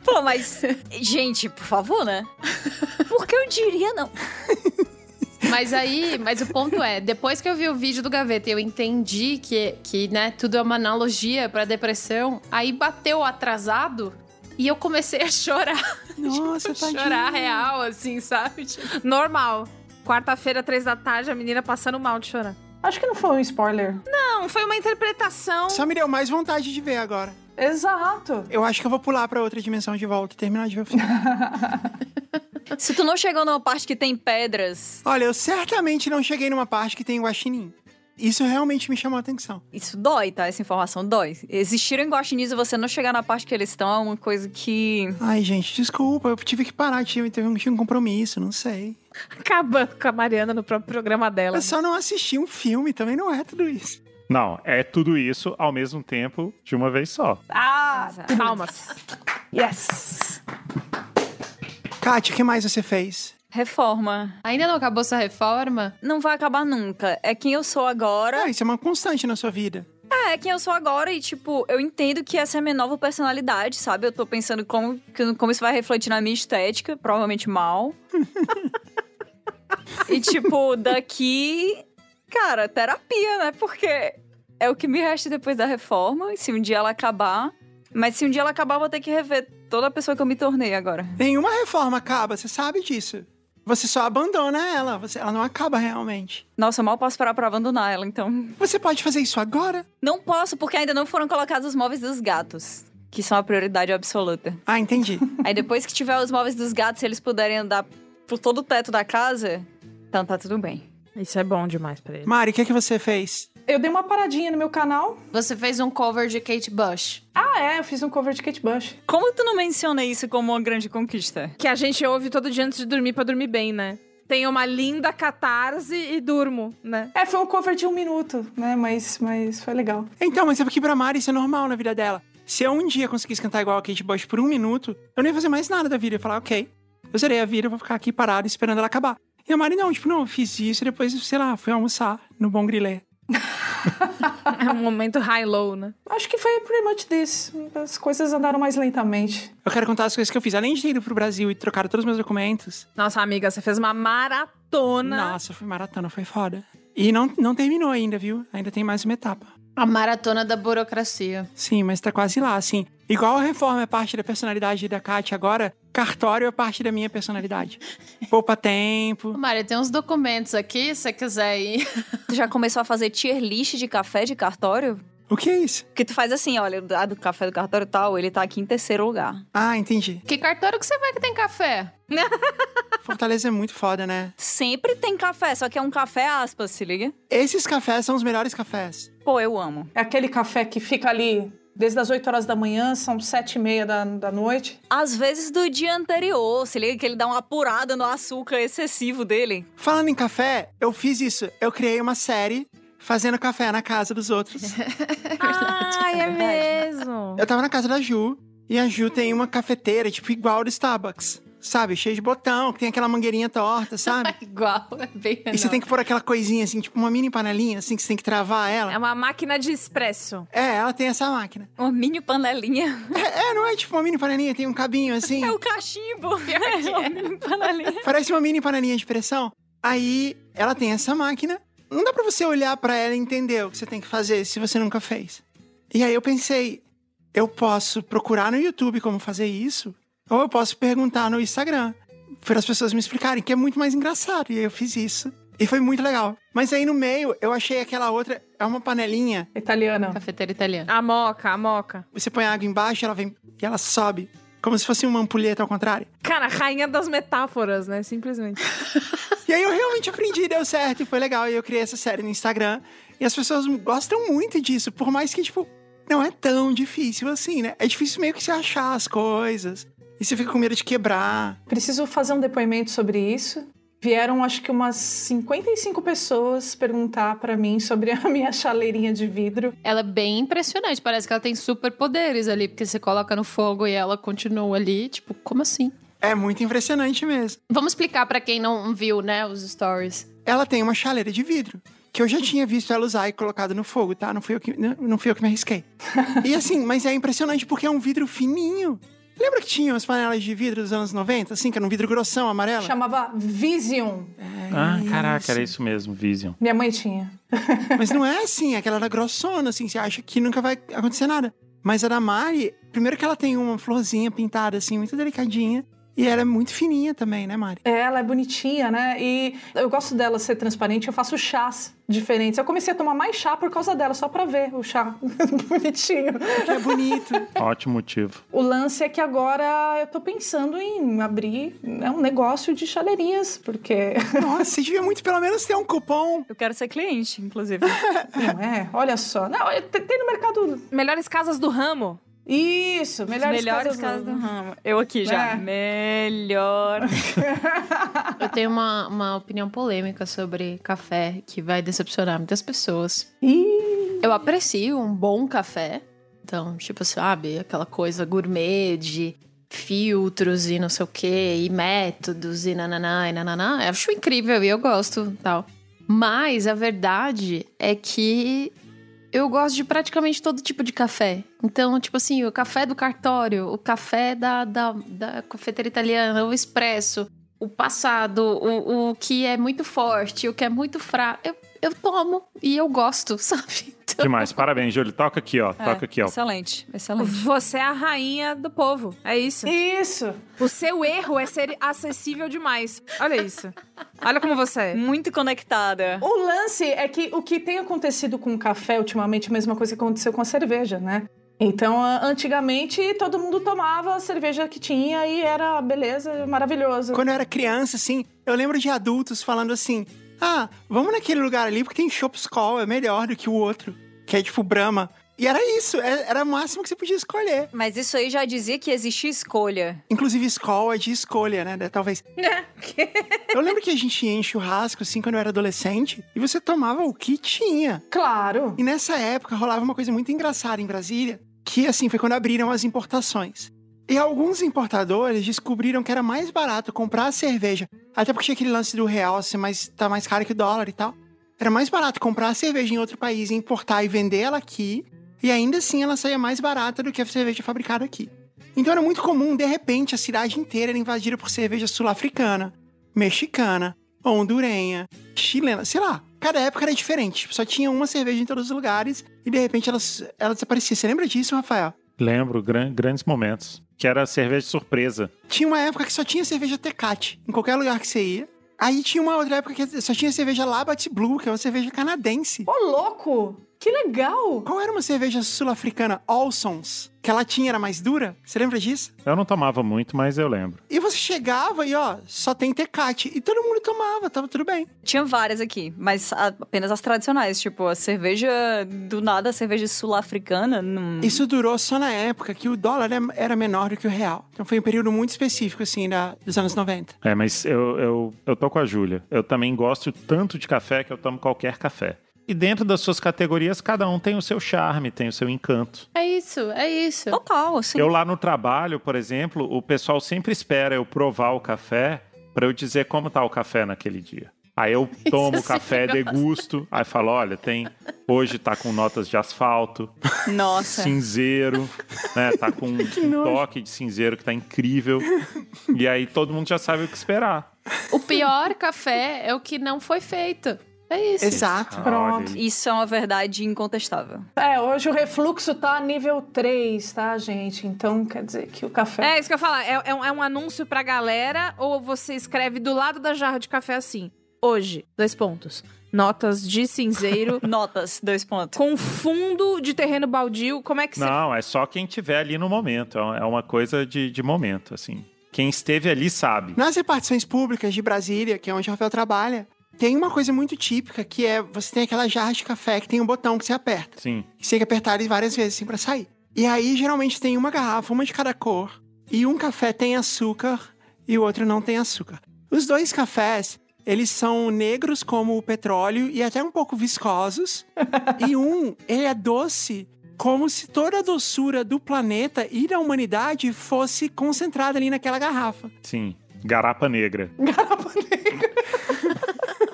Pô, mas... Gente, por favor, né? Por que eu diria não? Mas o ponto é, depois que eu vi o vídeo do Gaveta e eu entendi que né, tudo é uma analogia pra depressão, aí bateu atrasado e eu comecei a chorar. Nossa, tadinha. Chorar real, assim, sabe? Tipo, Normal. Quarta-feira, 3 da tarde, a menina passando mal de chorar. Acho que não foi um spoiler. Não, foi uma interpretação. Só me deu mais vontade de ver agora. Exato. Eu acho que eu vou pular pra outra dimensão de volta e terminar de ver o filme. Se tu não chegou numa parte que tem pedras, Olha, eu certamente não cheguei numa parte que tem guaxinim. Isso realmente me chamou a atenção. isso dói, tá? Essa informação dói. Existiram guaxinins e você não chegar na parte que eles estão é uma coisa que... Ai, gente, desculpa, eu tive que parar, teve um compromisso, não sei. Acabando com a Mariana no próprio programa dela. Eu só não assisti um filme, também não é tudo isso. Não, é tudo isso ao mesmo tempo, de uma vez só. Ah, Palmas. yes. Kátia, o que mais você fez? Reforma. ainda não acabou essa reforma? Não vai acabar nunca. É quem eu sou agora. Ah, isso é uma constante na sua vida. É quem eu sou agora e, tipo, eu entendo que essa é a minha nova personalidade, sabe? Eu tô pensando como isso vai refletir na minha estética, provavelmente mal. E, tipo, daqui... Cara, terapia, né? Porque é o que me resta depois da reforma, e se um dia ela acabar... Mas se um dia ela acabar, eu vou ter que rever toda a pessoa que eu me tornei agora. Nenhuma reforma acaba, você sabe disso. Você só abandona ela, ela não acaba realmente. Nossa, eu mal posso parar pra abandonar ela, então... Você pode fazer isso agora? Não posso, porque ainda não foram colocados os móveis dos gatos, que são a prioridade absoluta. Ah, entendi. Aí depois que tiver os móveis dos gatos, se eles puderem andar por todo o teto da casa, então tá tudo bem. Isso é bom demais pra ele. Mari, o que você fez? Eu dei uma paradinha no meu canal. Você fez um cover de Kate Bush. Eu fiz um cover de Kate Bush. Como tu não menciona isso como uma grande conquista? Que a gente ouve todo dia antes de dormir pra dormir bem, né? Tenho uma linda catarse e durmo, né? Foi um cover de 1 minuto, né? Mas foi legal. Então, mas é porque pra Mari isso é normal na vida dela. Se eu um dia conseguisse cantar igual a Kate Bush por 1 minuto, eu não ia fazer mais nada da vida. Eu ia falar, ok, eu zerei a vida, eu vou ficar aqui parado esperando ela acabar. E a Mari não, eu fiz isso e depois, sei lá, fui almoçar no Bom Grilê. É um momento high-low, né? Acho que foi pretty much this. As coisas andaram mais lentamente. Eu quero contar as coisas que eu fiz. Além de ter ido pro Brasil e trocar todos os meus documentos. Nossa, amiga, você fez uma maratona. Nossa, foi maratona, foi foda. E não terminou ainda, viu? Ainda tem mais uma etapa. A maratona da burocracia. Sim, mas tá quase lá, assim. Igual a reforma é parte da personalidade da Kátia, agora, cartório é parte da minha personalidade. Poupa tempo. Maria, tem uns documentos aqui, se você quiser ir. Tu já começou a fazer tier list de café de cartório? O que é isso? Porque tu faz assim, olha, do café do cartório tal, ele tá aqui em 3º lugar. Ah, entendi. Que cartório que você vai que tem café? Fortaleza é muito foda, né? Sempre tem café, só que é um café aspas, se liga? Esses cafés são os melhores cafés. Pô, eu amo. É aquele café que fica ali desde as 8 horas da manhã, são 7h30 da noite. Às vezes do dia anterior, se liga que ele dá uma apurada no açúcar excessivo dele. Falando em café, eu fiz isso. Eu criei uma série fazendo café na casa dos outros. Ai, é mesmo. Eu tava na casa da Ju, e a Ju tem uma cafeteira, tipo, igual do Starbucks. Sabe? Cheio de botão, que tem aquela mangueirinha torta, sabe? Igual, é bem E você tem que pôr aquela coisinha, assim, tipo uma mini panelinha, assim, que você tem que travar ela. É uma máquina de expresso. É, ela tem essa máquina. Uma mini panelinha. Não é tipo uma mini panelinha, tem um cabinho, assim. É o cachimbo. É uma mini panelinha. Parece uma mini panelinha de pressão. Aí, ela tem essa máquina. Não dá pra você olhar pra ela e entender o que você tem que fazer se você nunca fez. E aí eu pensei, eu posso procurar no YouTube como fazer isso, ou eu posso perguntar no Instagram, para as pessoas me explicarem, que é muito mais engraçado. E aí eu fiz isso. E foi muito legal. Mas aí no meio, eu achei aquela outra, é uma panelinha. Italiana. Cafeteira italiana. A moca. Você põe a água embaixo, ela vem e ela sobe. Como se fosse uma ampulheta ao contrário. Cara, rainha das metáforas, né? Simplesmente. E aí eu realmente aprendi, deu certo e foi legal. E eu criei essa série no Instagram. E as pessoas gostam muito disso. Por mais que, tipo, não é tão difícil assim, né? É difícil meio que você achar as coisas. E você fica com medo de quebrar. Preciso fazer um depoimento sobre isso. Vieram, acho que umas 55 pessoas perguntar pra mim sobre a minha chaleirinha de vidro. Ela é bem impressionante. Parece que ela tem superpoderes ali, porque você coloca no fogo e ela continua ali. Tipo, como assim? É muito impressionante mesmo. Vamos explicar pra quem não viu, né, os stories. Ela tem uma chaleira de vidro. Que eu já tinha visto ela usar e colocado no fogo, tá? Não fui eu que me arrisquei. E assim, mas é impressionante porque é um vidro fininho. Lembra que tinha umas panelas de vidro dos anos 90, assim, que era um vidro grossão, amarelo? Chamava Vision. Caraca, era isso mesmo, Vision. Minha mãe tinha. Mas não é assim, aquela era grossona, assim, você acha que nunca vai acontecer nada. Mas a da Mari, primeiro que ela tem uma florzinha pintada, assim, muito delicadinha. E ela é muito fininha também, né, Mari? Ela é bonitinha, né? E eu gosto dela ser transparente, eu faço chás diferentes. Eu comecei a tomar mais chá por causa dela, só pra ver o chá bonitinho. Que é bonito. Ótimo motivo. O lance é que agora eu tô pensando em abrir um negócio de chaleirinhas, porque... Nossa, você devia muito pelo menos ter um cupom. Eu quero ser cliente, inclusive. Não é? Olha só. Não, tem no mercado... Melhores casas do ramo. Isso, melhores casas do ramo. Eu aqui já. Melhor. Eu tenho uma opinião polêmica sobre café que vai decepcionar muitas pessoas. Eu aprecio um bom café. Então, tipo, sabe, aquela coisa gourmet de filtros e não sei o quê, e métodos e nananá e nananá. Eu acho incrível e eu gosto tal. Mas a verdade é que eu gosto de praticamente todo tipo de café. Então, tipo assim, o café do cartório, o café da cafeteira italiana, o expresso, o passado, o que é muito forte, o que é muito fraco. Eu tomo e eu gosto, sabe? Então... Demais, parabéns, Júlio. Toca aqui, ó. Toca aqui, ó. Excelente. Você é a rainha do povo. É isso. Isso. O seu erro é ser acessível demais. Olha isso. Olha como você é. Muito conectada. O lance é que o que tem acontecido com o café ultimamente é a mesma coisa que aconteceu com a cerveja, né? Então, antigamente, todo mundo tomava a cerveja que tinha e era beleza, maravilhoso. Quando eu era criança, assim, eu lembro de adultos falando assim: vamos naquele lugar ali porque tem Chopp Skol, é melhor do que o outro, que é tipo Brahma. E era isso, era o máximo que você podia escolher. Mas isso aí já dizia que existia escolha. Inclusive, Skol é de escolha, né? Talvez. Eu lembro que a gente ia em churrasco, assim, quando eu era adolescente, e você tomava o que tinha. Claro. E nessa época rolava uma coisa muito engraçada em Brasília, que, assim, foi quando abriram as importações. E alguns importadores descobriram que era mais barato comprar a cerveja, até porque tinha aquele lance do real ser tá mais caro que o dólar e tal. Era mais barato comprar a cerveja em outro país, importar e vender ela aqui, e ainda assim ela saía mais barata do que a cerveja fabricada aqui. Então era muito comum, de repente, a cidade inteira era invadida por cerveja sul-africana, mexicana, hondurenha, chilena, sei lá. Cada época era diferente, só tinha uma cerveja em todos os lugares e de repente ela desaparecia. Você lembra disso, Rafael? Lembro, grandes momentos. Que era cerveja surpresa. Tinha uma época que só tinha cerveja Tecate, em qualquer lugar que você ia. Aí tinha uma outra época que só tinha cerveja Labatt Blue, que é uma cerveja canadense. Ô, louco! Que legal! Qual era uma cerveja sul-africana? Olsons. Que a latinha era mais dura? Você lembra disso? Eu não tomava muito, mas eu lembro. E você chegava e, só tem Tecate. E todo mundo tomava, tava tudo bem. Tinha várias aqui, mas apenas as tradicionais. Tipo, a cerveja, do nada, a cerveja sul-africana. Isso durou só na época que o dólar era menor do que o real. Então foi um período muito específico, assim, dos anos 90. Mas eu tô com a Júlia. Eu também gosto tanto de café que eu tomo qualquer café. E dentro das suas categorias, cada um tem o seu charme, tem o seu encanto. É isso. Total, assim. Eu lá no trabalho, por exemplo, o pessoal sempre espera eu provar o café pra eu dizer como tá o café naquele dia. Aí eu tomo o café, degusto, aí falo, olha, hoje tá com notas de asfalto, nossa, cinzeiro, né, tá com um toque de cinzeiro que tá incrível. E aí todo mundo já sabe o que esperar. O pior café é o que não foi feito. É isso. Exato. Pronto. Isso é uma verdade incontestável. Hoje o refluxo tá nível 3, tá, gente? Então quer dizer que o café... É isso que eu ia falar. É um anúncio pra galera ou você escreve do lado da jarra de café assim? Hoje, 2 pontos. Notas de cinzeiro. Notas, 2 pontos. Com fundo de terreno baldio. Como é que você... Não, é só quem tiver ali no momento. É uma coisa de momento, assim. Quem esteve ali sabe. Nas repartições públicas de Brasília, que é onde o Rafael trabalha, tem uma coisa muito típica, que é, você tem aquela jarra de café que tem um botão que você aperta. Sim. Você tem que apertar ele várias vezes, assim, pra sair. E aí, geralmente, tem uma garrafa, uma de cada cor, e um café tem açúcar e o outro não tem açúcar. Os 2 cafés, eles são negros como o petróleo e até um pouco viscosos. E ele é doce, como se toda a doçura do planeta e da humanidade fosse concentrada ali naquela garrafa. Sim. Garapa negra. Garapa negra.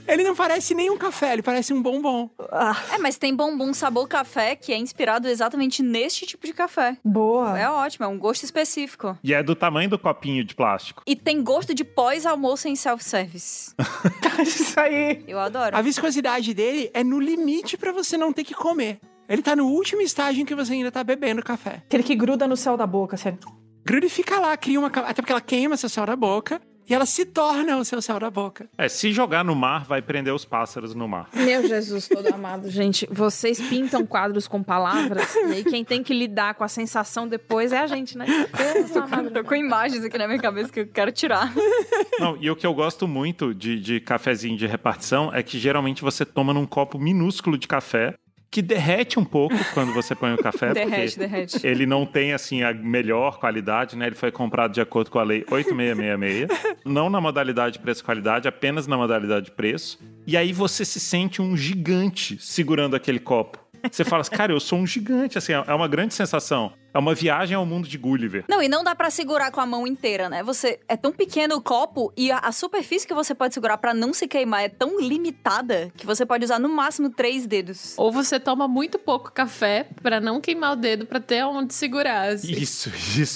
Ele não parece nem um café, ele parece um bombom. Mas tem bombom sabor café que é inspirado exatamente neste tipo de café. Boa. É ótimo, é um gosto específico. E é do tamanho do copinho de plástico. E tem gosto de pós-almoço em self-service. Isso aí. Eu adoro. A viscosidade dele é no limite pra você não ter que comer. Ele tá no último estágio em que você ainda tá bebendo café. Aquele que gruda no céu da boca, sério. Gruda e fica lá, cria uma... Até porque ela queima seu céu da boca e ela se torna o seu céu da boca. Se jogar no mar, vai prender os pássaros no mar. Meu Jesus todo amado, gente. Vocês pintam quadros com palavras e aí quem tem que lidar com a sensação depois é a gente, né? Tô com imagens aqui na minha cabeça que eu quero tirar. Não, e o que eu gosto muito de cafezinho de repartição é que geralmente você toma num copo minúsculo de café que derrete um pouco quando você põe o café. Derrete. Ele não tem, assim, a melhor qualidade, né? Ele foi comprado de acordo com a lei 8666. Não na modalidade preço-qualidade, apenas na modalidade preço. E aí você se sente um gigante segurando aquele copo. Você fala assim, cara, eu sou um gigante, assim, é uma grande sensação. É uma viagem ao mundo de Gulliver. Não, e não dá pra segurar com a mão inteira, né? É tão pequeno o copo e a superfície que você pode segurar pra não se queimar é tão limitada que você pode usar no máximo 3 dedos. Ou você toma muito pouco café pra não queimar o dedo, pra ter onde segurar. Assim. Isso.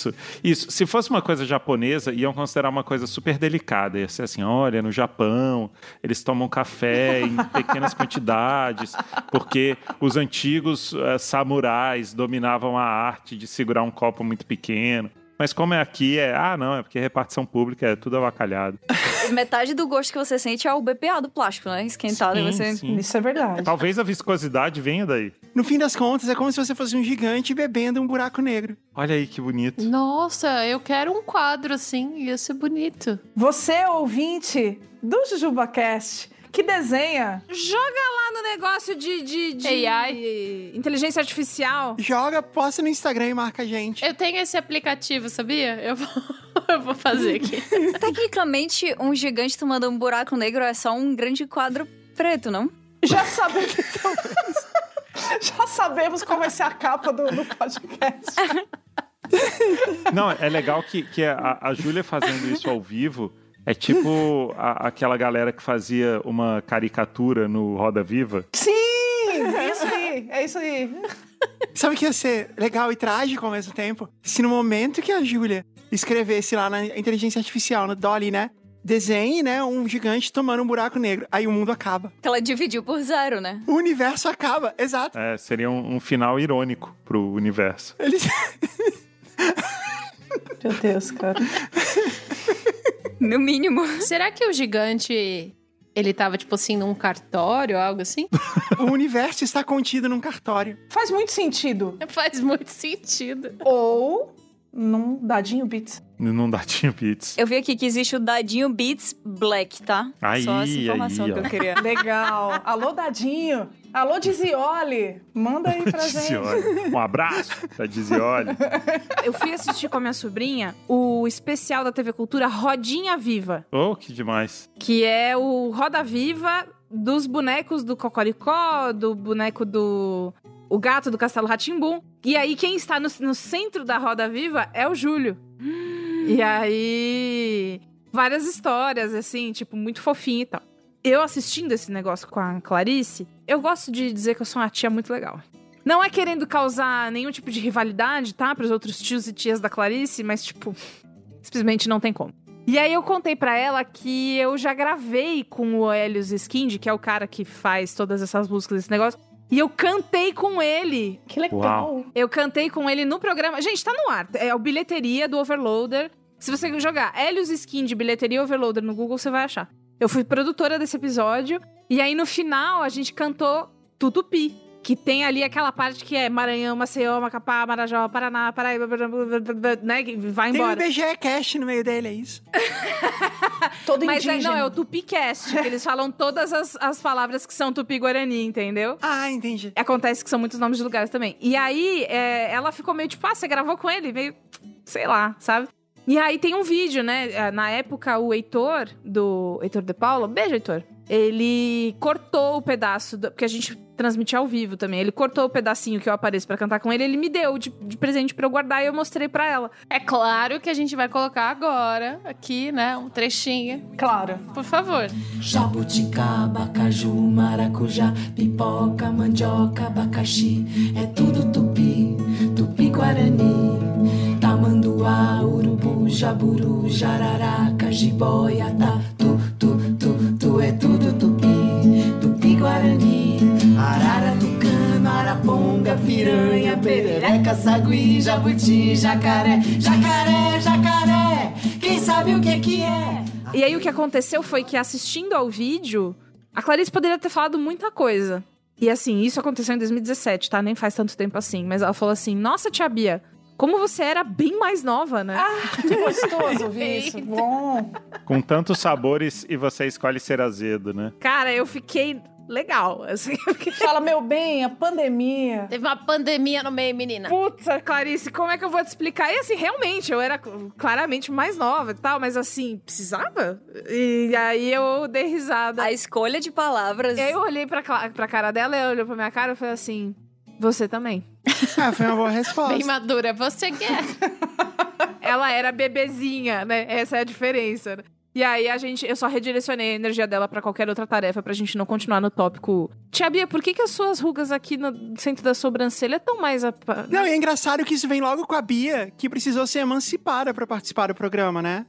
Se fosse uma coisa japonesa, iam considerar uma coisa super delicada. Ia ser assim, olha, no Japão, eles tomam café em pequenas quantidades, porque os antigos samurais dominavam a arte de segurar um copo muito pequeno. Mas como é aqui, é porque repartição pública é tudo avacalhado. Metade do gosto que você sente é o BPA do plástico, né? Esquentado. Sim, e você... sim. Isso é verdade. Talvez a viscosidade venha daí. No fim das contas, é como se você fosse um gigante bebendo um buraco negro. Olha aí que bonito. Nossa, eu quero um quadro assim, ia ser bonito. Você, ouvinte do JujubaCast, que desenha... Joga lá no negócio de AI. inteligência artificial. Joga, posta no Instagram e marca a gente. Eu tenho esse aplicativo, sabia? Eu vou fazer aqui. Tecnicamente, um gigante tomando um buraco negro é só um grande quadro preto, não? Já sabemos, já sabemos qual vai ser a capa do podcast. Não, é legal que a Júlia fazendo isso ao vivo é tipo aquela galera que fazia uma caricatura no Roda Viva. Sim, é isso aí. Sabe o que ia ser legal e trágico ao mesmo tempo? Se no momento que a Júlia escrevesse lá na inteligência artificial, no Dolly, né? Desenhe, né, um gigante tomando um buraco negro. Aí o mundo acaba. Que ela dividiu por 0, né? O universo acaba, exato. Seria um final irônico pro universo. Eles... Meu Deus, cara. No mínimo. Será que o gigante, ele tava, tipo assim, num cartório ou algo assim? O universo está contido num cartório. Faz muito sentido. Faz muito sentido. Ou num dadinho bits. Num Dadinho Beats. Eu vi aqui que existe o Dadinho Beats Black, tá? Aí, Só essa informação aí, que ó. eu queria. Legal. Alô, Dadinho. Alô, Dizioli. Manda aí pra gente. Dizioli. Um abraço pra Dizioli. Eu fui assistir com a minha sobrinha o especial da TV Cultura Rodinha Viva, Oh, que demais. que é o Roda Viva dos bonecos do Cocoricó, do boneco do... O gato do Castelo Rá-Tim-Bum. E aí, quem está no centro da Roda Viva é o Júlio. E aí... Várias histórias, assim, tipo, muito fofinho e tal. Eu assistindo esse negócio com a Clarice, eu gosto de dizer que eu sou uma tia muito legal. Não é querendo causar nenhum tipo de rivalidade, tá? Pros outros tios e tias da Clarice, mas, tipo, simplesmente não tem como. E aí eu contei pra ela que eu já gravei com o Helios Skind, que é o cara que faz todas essas músicas, esse negócio. E eu cantei com ele. Que legal. Uau. Eu cantei com ele no programa. Gente, tá no ar. É o Bilheteria do Overloader. Se você jogar Helios Skind Bilheteria Overloader no Google, você vai achar. Eu fui produtora desse episódio. E aí, no final, a gente cantou Tutupi. Que tem ali aquela parte que é Maranhão, Maceió, Macapá, Marajó, Paraná, Paraíba, né? Que vai embora. Tem o IBGE Cast no meio dele, é isso? Todo Mas indígena. não, é o Tupicast, que eles falam todas as palavras que são Tupi-Guarani, entendeu? Ah, entendi. Acontece que são muitos nomes de lugares também. E aí, ela ficou meio tipo, você gravou com ele? Meio, sei lá, sabe? E aí tem um vídeo, né? Na época, o Heitor de Paula, beijo, Heitor. Ele cortou o pedaço, porque a gente transmitia ao vivo também. Ele cortou o pedacinho que eu apareço pra cantar com ele, ele me deu de presente pra eu guardar e eu mostrei pra ela. É claro que a gente vai colocar agora, aqui, né, um trechinho. Claro. Por favor. Jabuticaba, caju, maracujá, pipoca, mandioca, abacaxi. É tudo tupi, tupi-guarani. Tamanduá, urubu, jaburu, jararaca, jiboia, tatu, tu é tudo tupi, tupi-guarani. Arara, tucano, araponga, piranha, perereca, sagui, jabuti, jacaré, jacaré, jacaré. Quem sabe o que é? E aí o que aconteceu foi que assistindo ao vídeo, a Clarice poderia ter falado muita coisa. E assim, isso aconteceu em 2017, tá? Nem faz tanto tempo assim. Mas ela falou assim, nossa, tia Bia, como você era bem mais nova, né? Ah, que gostoso ouvir isso. Bom. Com tantos sabores e você escolhe ser azedo, né? Cara, eu fiquei legal, assim. Fala, meu bem, a pandemia. Teve uma pandemia no meio, menina. Puta, Clarice, como é que eu vou te explicar? E assim, realmente, eu era claramente mais nova e tal, mas assim, precisava? E aí eu dei risada. A escolha de palavras. E aí eu olhei pra cara dela, ela olhou pra minha cara e falei assim, você também. Ah, foi uma boa resposta. Bem madura, você quer. Ela era bebezinha, né? Essa é a diferença. E aí eu só redirecionei a energia dela pra qualquer outra tarefa pra gente não continuar no tópico. Tia Bia, por que as suas rugas aqui no centro da sobrancelha estão mais... Não, e é engraçado que isso vem logo com a Bia, que precisou ser emancipada pra participar do programa, né?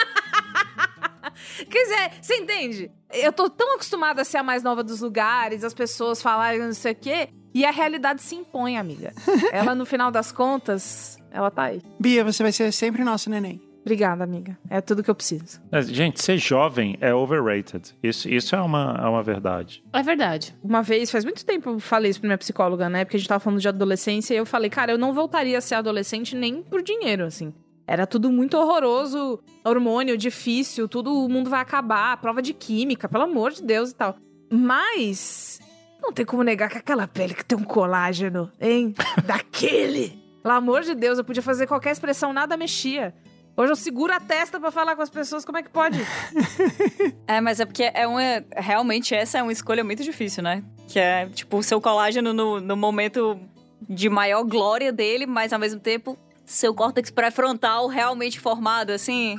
Quer dizer, você entende? Eu tô tão acostumada a ser a mais nova dos lugares, as pessoas falarem não sei o quê, e a realidade se impõe, amiga. Ela, no final das contas, ela tá aí. Bia, você vai ser sempre nosso neném. Obrigada, amiga. É tudo que eu preciso. Mas, gente, ser jovem é overrated. Isso é uma verdade. É verdade. Uma vez, faz muito tempo, eu falei isso pra minha psicóloga, né? Porque a gente tava falando de adolescência e eu falei, cara, eu não voltaria a ser adolescente nem por dinheiro, assim. Era tudo muito horroroso, hormônio, difícil, tudo, o mundo vai acabar, prova de química, pelo amor de Deus e tal. Mas não tem como negar que aquela pele que tem um colágeno, hein? Daquele! Pelo amor de Deus, eu podia fazer qualquer expressão, nada mexia. Hoje eu seguro a testa pra falar com as pessoas, como é que pode? É, mas é porque realmente essa é uma escolha muito difícil, né? Que é, tipo, o seu colágeno no momento de maior glória dele, mas ao mesmo tempo, seu córtex pré-frontal realmente formado, assim.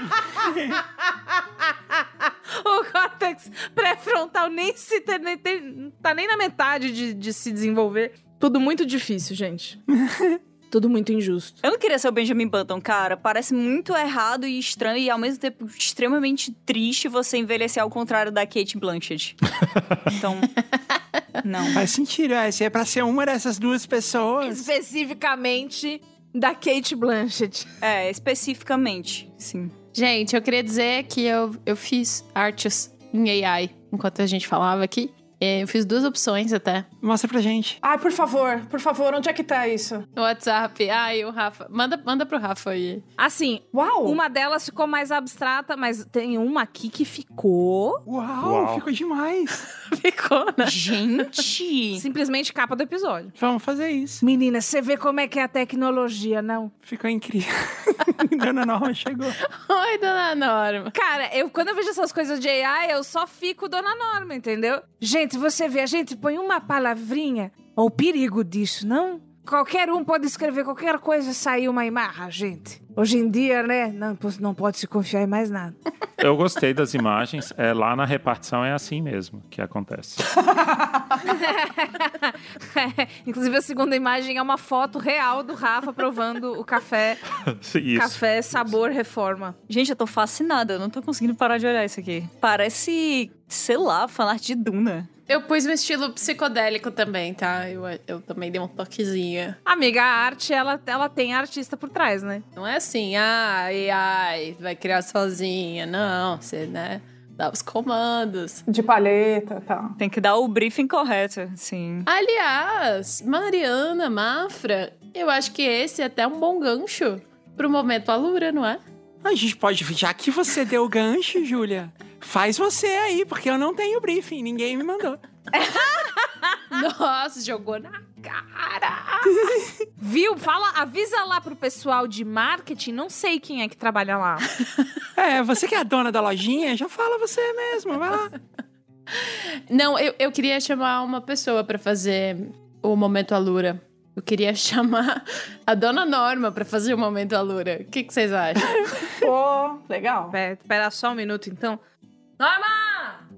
O córtex pré-frontal tá nem na metade de se desenvolver. Tudo muito difícil, gente. Tudo muito injusto. Eu não queria ser o Benjamin Button, cara. Parece muito errado e estranho e, ao mesmo tempo, extremamente triste você envelhecer ao contrário da Cate Blanchett. Então, não. Faz sentido, se é pra ser uma dessas duas pessoas. Especificamente da Cate Blanchett. É, especificamente, sim. Gente, eu queria dizer que eu fiz artes em AI enquanto a gente falava aqui. Eu fiz 2 opções até. Mostra pra gente. Ai, por favor, onde é que tá isso? No WhatsApp. Ai, o Rafa. Manda pro Rafa aí. Assim, Uau! uma delas ficou mais abstrata, mas tem uma aqui que ficou... Uau. Ficou demais. Ficou, né? Gente! Simplesmente capa do episódio. Vamos fazer isso. Menina, você vê como é que é a tecnologia, não? Ficou incrível. Dona Norma chegou. Oi, dona Norma. Cara, quando eu vejo essas coisas de AI, eu só fico Dona Norma, entendeu? Gente, você vê, a gente põe uma palavrinha, o perigo disso, não? Qualquer um pode escrever qualquer coisa e sair uma imagem, gente. Hoje em dia, né, não pode se confiar em mais nada. Eu gostei das imagens. Lá na repartição é assim mesmo que acontece. Inclusive, a segunda imagem é uma foto real do Rafa provando o café. Isso. Café Sabor Reforma. Gente, eu tô fascinada. Eu não tô conseguindo parar de olhar isso aqui. Parece, sei lá, fanart de Duna. Eu pus meu estilo psicodélico também, tá? Eu também dei um toquezinho. Amiga, a arte, ela tem artista por trás, né? Não é assim, AI vai criar sozinha. Não, você, né, dá os comandos. De palheta, tá. Tem que dar o briefing correto, sim. Aliás, Mariana Mafra, eu acho que esse é até um bom gancho pro momento Alura, não é? A gente pode, já que você deu o gancho, Júlia, faz você aí, porque eu não tenho briefing, ninguém me mandou. Nossa, jogou na Cara! Viu? Avisa lá pro pessoal de marketing, não sei quem é que trabalha lá. Você que é a dona da lojinha, já fala você mesmo, vai lá. Não, eu queria chamar uma pessoa pra fazer o Momento Alura. Eu queria chamar a Dona Norma pra fazer o Momento Alura. O que vocês acham? Pô, legal. Espera só um minuto, então. Norma!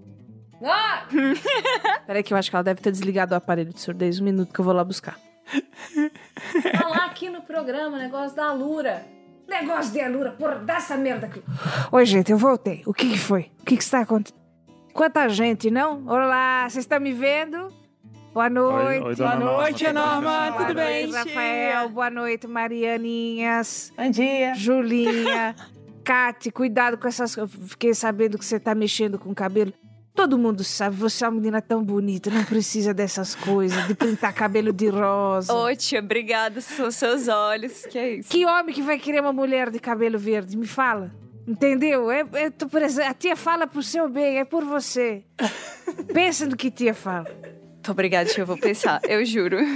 Peraí que eu acho que ela deve ter desligado o aparelho de surdez. Um minuto que eu vou lá buscar. Falar aqui no programa, negócio da Alura. Negócio de Alura, porra, dá essa merda aqui. Oi, gente, eu voltei. O que foi? O que está acontecendo? Quanta gente, não? Olá, vocês estão me vendo? Boa noite. Oi, Boa noite, Norma. Boa Tudo bem, noite, Rafael. Boa noite, Marianinhas. Bom dia. Julinha. Cate, cuidado com essas coisas. Fiquei sabendo que você tá mexendo com o cabelo. Todo mundo sabe, você é uma menina tão bonita, não precisa dessas coisas, de pintar cabelo de rosa. Ô, tia, obrigada, são seus olhos. Que é isso? Que homem que vai querer uma mulher de cabelo verde? Me fala. Entendeu? A tia fala pro seu bem, é por você. Pensa no que tia fala. Muito obrigada, tia, eu vou pensar, eu juro. Eu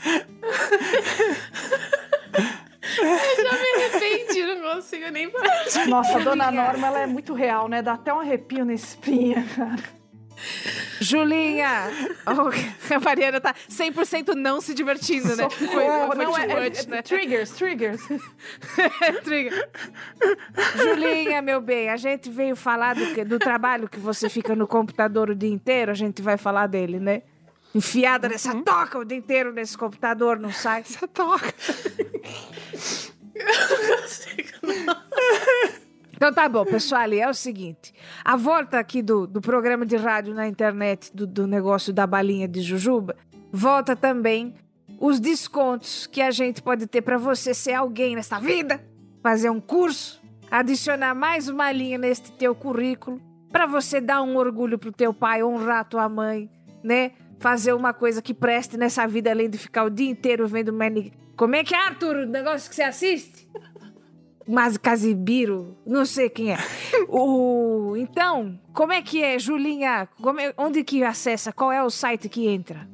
já me arrependi, não consigo nem parar. Nossa, a Dona Norma, ela é muito real, né? Dá até um arrepio na espinha, cara. Julinha! Oh, a Mariana tá 100% não se divertindo, né? Foi Não, too much, né? Triggers. Trigger. Julinha, meu bem, a gente veio falar do trabalho que você fica no computador o dia inteiro, a gente vai falar dele, né? Enfiada nessa toca o dia inteiro nesse computador, não sai? Essa toca. Então tá bom, pessoal, é o seguinte. A volta aqui do programa de rádio na internet, do negócio da balinha de jujuba, volta também os descontos que a gente pode ter pra você ser alguém nessa vida, fazer um curso, adicionar mais uma linha nesse teu currículo, pra você dar um orgulho pro teu pai, honrar tua mãe, né? Fazer uma coisa que preste nessa vida, além de ficar o dia inteiro vendo Manny. Como é que é, Arthur, o negócio que você assiste? Mas Casibiro, não sei quem é. Então, como é que é, Julinha? Onde que acessa? Qual é o site que entra?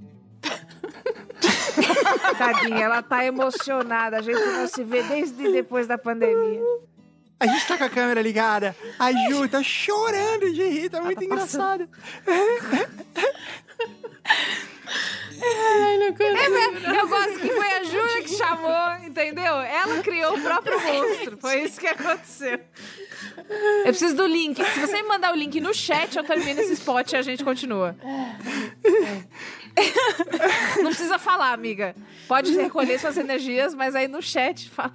Tadinha, ela tá emocionada. A gente não se vê desde depois da pandemia. A gente tá com a câmera ligada. A Ju tá chorando de rir, tá muito engraçado. Ai, não consigo. Eu gosto que foi a Júlia que chamou, entendeu? Ela criou o próprio monstro. Foi isso que aconteceu. Eu preciso do link. Se você me mandar o link no chat, eu termino esse spot e a gente continua. Não precisa falar, amiga. Pode recolher suas energias, mas aí no chat fala.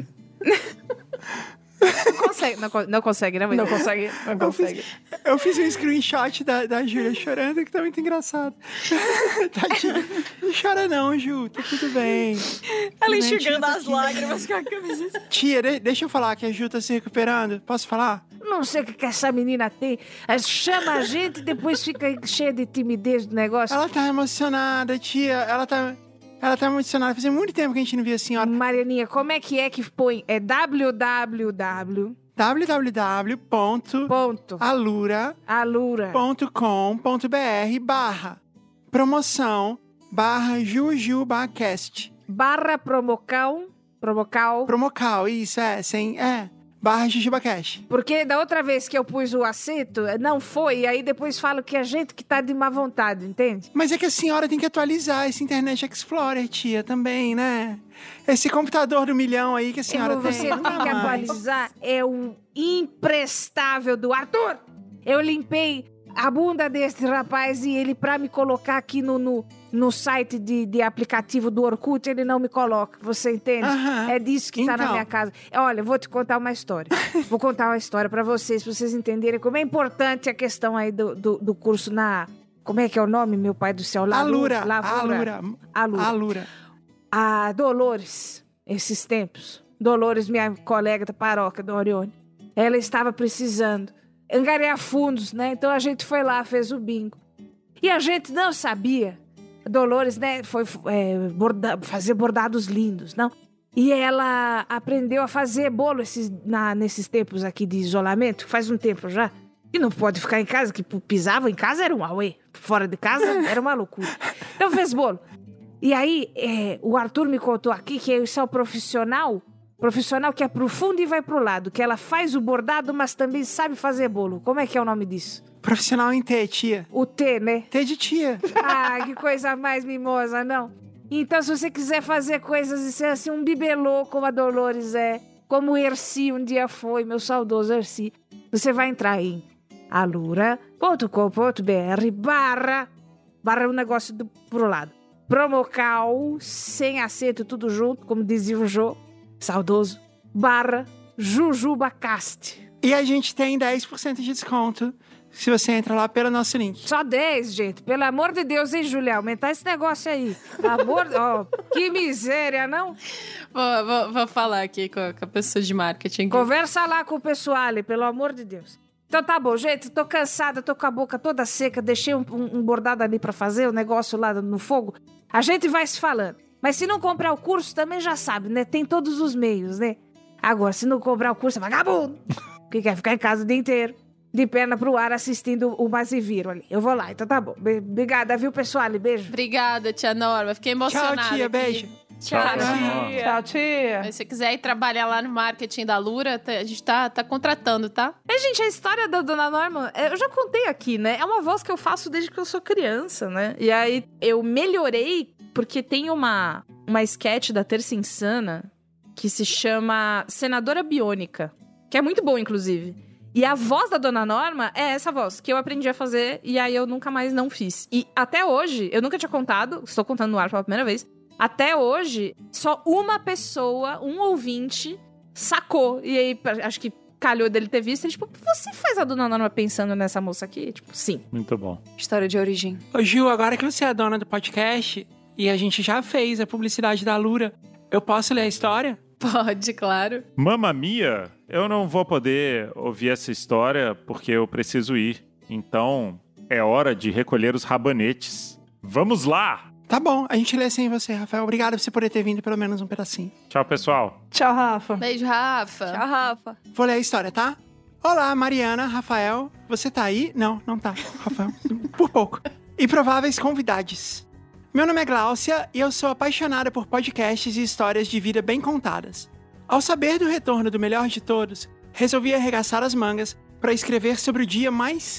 Não consegue, né? Não consegue. Eu fiz um screenshot da Júlia chorando, que tá muito engraçado. Tadinha. Não chora não, Ju. Tá tudo bem. Ela enxugando as lágrimas com a camisa. Tia, deixa eu falar que a Ju tá se recuperando. Posso falar? Não sei o que essa menina tem. Ela chama a gente e depois fica cheia de timidez do negócio. Ela tá emocionada, tia. Ela tá emocionada. Fazia muito tempo que a gente não via a senhora. Marianinha, como é que põe? É www.alura.com.br/promoção/jujubacast. Promocal, isso, /jujubacast. Porque da outra vez que eu pus o acento, não foi, e aí depois falo que é gente que tá de má vontade, entende? Mas é que a senhora tem que atualizar esse Internet Explorer, tia, também, né? Esse computador do milhão aí que a senhora tem. Você tem que atualizar é o imprestável do Arthur. Eu limpei a bunda desse rapaz e ele, pra me colocar aqui no site de aplicativo do Orkut, ele não me coloca, você entende? É disso que tá na minha casa. Olha, eu vou te contar uma história. Vou contar uma história pra vocês entenderem como é importante a questão aí do curso na... Como é que é o nome, meu pai do céu? Alura. A Dolores, esses tempos. Dolores, minha colega da paróquia do Orione. Ela estava precisando angariar fundos, né? Então a gente foi lá, fez o bingo. E a gente não sabia. A Dolores, né, foi fazer bordados lindos, não? E ela aprendeu a fazer bolo nesses tempos aqui de isolamento, faz um tempo já. E não pode ficar em casa, que pisava em casa era um auê. Fora de casa era uma loucura. Então fez bolo. E aí, o Arthur me contou aqui que isso é o profissional que é pro fundo e vai pro lado, que ela faz o bordado, mas também sabe fazer bolo. Como é que é o nome disso? Profissional em T, tia. O T, né? T de tia. Ah, que coisa mais mimosa, não? Então, se você quiser fazer coisas e ser assim um bibelô como a Dolores é, como o Erci um dia foi, meu saudoso Erci, você vai entrar em alura.com.br/um negócio pro lado. Promocal, sem acento, tudo junto, como dizia o Jô, saudoso, /JujubaCast. E a gente tem 10% de desconto se você entra lá pelo nosso link. Só 10, gente. Pelo amor de Deus, hein, Julia? Aumentar esse negócio aí. Que miséria, não? Vou falar aqui com a pessoa de marketing. Conversa lá com o pessoal, pelo amor de Deus. Então tá bom, gente. Tô cansada, tô com a boca toda seca. Deixei um bordado ali pra fazer, o negócio lá no fogo. A gente vai se falando. Mas se não comprar o curso, também já sabe, né? Tem todos os meios, né? Agora, se não comprar o curso, é vagabundo. Que quer ficar em casa o dia inteiro, de perna pro ar, assistindo o Masiviro ali. Eu vou lá, então tá bom. Obrigada, viu, pessoal? Beijo. Obrigada, tia Norma. Fiquei emocionada. Tchau, tia. Aqui. Beijo. Tchau, tia. Tchau, tia. Mas se você quiser ir trabalhar lá no marketing da Lura, a gente tá contratando, tá? Gente, a história da Dona Norma, eu já contei aqui, né? É uma voz que eu faço desde que eu sou criança, né? E aí eu melhorei porque tem uma sketch da Terça Insana que se chama Senadora Biônica, que é muito boa, inclusive. E a voz da Dona Norma é essa voz que eu aprendi a fazer e aí eu nunca mais não fiz. E até hoje, eu nunca tinha contado, estou contando no ar pela primeira vez, até hoje, só uma pessoa, um ouvinte, sacou. E aí, acho que calhou dele ter visto, ele, tipo, você faz a Dona Norma pensando nessa moça aqui? Tipo, sim. Muito bom. História de origem. Ô, Gil, agora que você é a dona do podcast e a gente já fez a publicidade da Lura, eu posso ler a história? Pode, claro. Mamma Mia, eu não vou poder ouvir essa história porque eu preciso ir. Então, é hora de recolher os rabanetes. Vamos lá! Tá bom, a gente lê sem você, Rafael. Obrigado por você poder ter vindo pelo menos um pedacinho. Tchau, pessoal. Tchau, Rafa. Beijo, Rafa. Tchau, Rafa. Vou ler a história, tá? Olá, Mariana, Rafael. Você tá aí? Não tá. Rafael, por pouco. E prováveis convidados. Meu nome é Gláucia e eu sou apaixonada por podcasts e histórias de vida bem contadas. Ao saber do retorno do melhor de todos, resolvi arregaçar as mangas para escrever sobre o dia mais...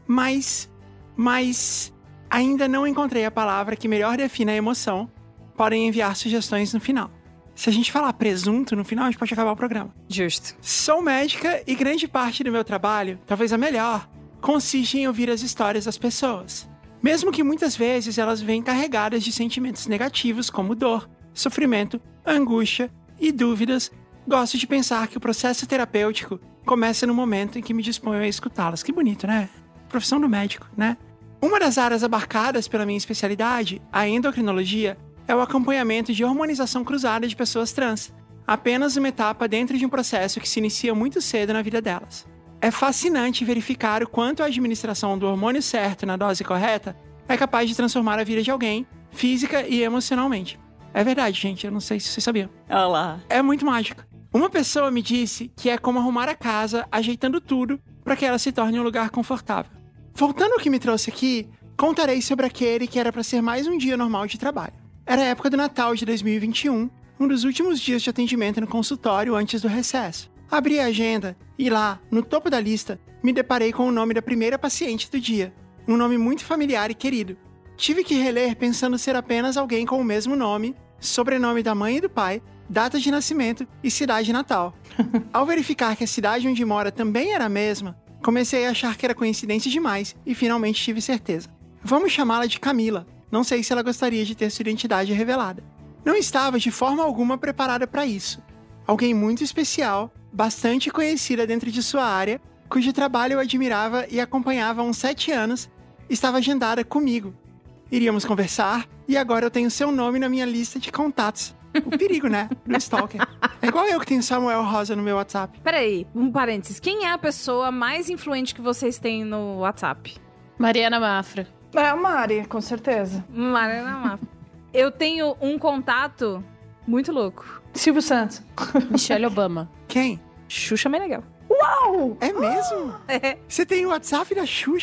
Ainda não encontrei a palavra que melhor defina a emoção. Podem enviar sugestões no final. Se a gente falar presunto no final, a gente pode acabar o programa. Justo. Sou médica e grande parte do meu trabalho, talvez a melhor, consiste em ouvir as histórias das pessoas. Mesmo que muitas vezes elas vêm carregadas de sentimentos negativos como dor, sofrimento, angústia e dúvidas, gosto de pensar que o processo terapêutico começa no momento em que me disponho a escutá-las. Que bonito, né? Profissão do médico, né? Uma das áreas abarcadas pela minha especialidade, a endocrinologia, é o acompanhamento de hormonização cruzada de pessoas trans, apenas uma etapa dentro de um processo que se inicia muito cedo na vida delas. É fascinante verificar o quanto a administração do hormônio certo na dose correta é capaz de transformar a vida de alguém, física e emocionalmente. É verdade, gente, eu não sei se vocês sabiam. Olá. É muito mágico. Uma pessoa me disse que é como arrumar a casa, ajeitando tudo para que ela se torne um lugar confortável. Voltando ao que me trouxe aqui, contarei sobre aquele que era para ser mais um dia normal de trabalho. Era a época do Natal de 2021, um dos últimos dias de atendimento no consultório antes do recesso. Abri a agenda e lá, no topo da lista, me deparei com o nome da primeira paciente do dia. Um nome muito familiar e querido. Tive que reler pensando ser apenas alguém com o mesmo nome, sobrenome da mãe e do pai, data de nascimento e cidade natal. Ao verificar que a cidade onde mora também era a mesma, comecei a achar que era coincidência demais e finalmente tive certeza. Vamos chamá-la de Camila. Não sei se ela gostaria de ter sua identidade revelada. Não estava de forma alguma preparada para isso. Alguém muito especial, bastante conhecida dentro de sua área, cujo trabalho eu admirava e acompanhava há uns 7 anos, estava agendada comigo. Iríamos conversar e agora eu tenho seu nome na minha lista de contatos. O perigo, né? Do stalker. É igual eu que tenho Samuel Rosa no meu WhatsApp. Peraí, um parênteses. Quem é a pessoa mais influente que vocês têm no WhatsApp? Mariana Mafra. É a Mari, com certeza. Mariana Mafra. Eu tenho um contato muito louco. Silvio Santos. Michelle Obama. Quem? Xuxa Meneghel. Uau! É mesmo? É. Você tem o WhatsApp da Xuxa?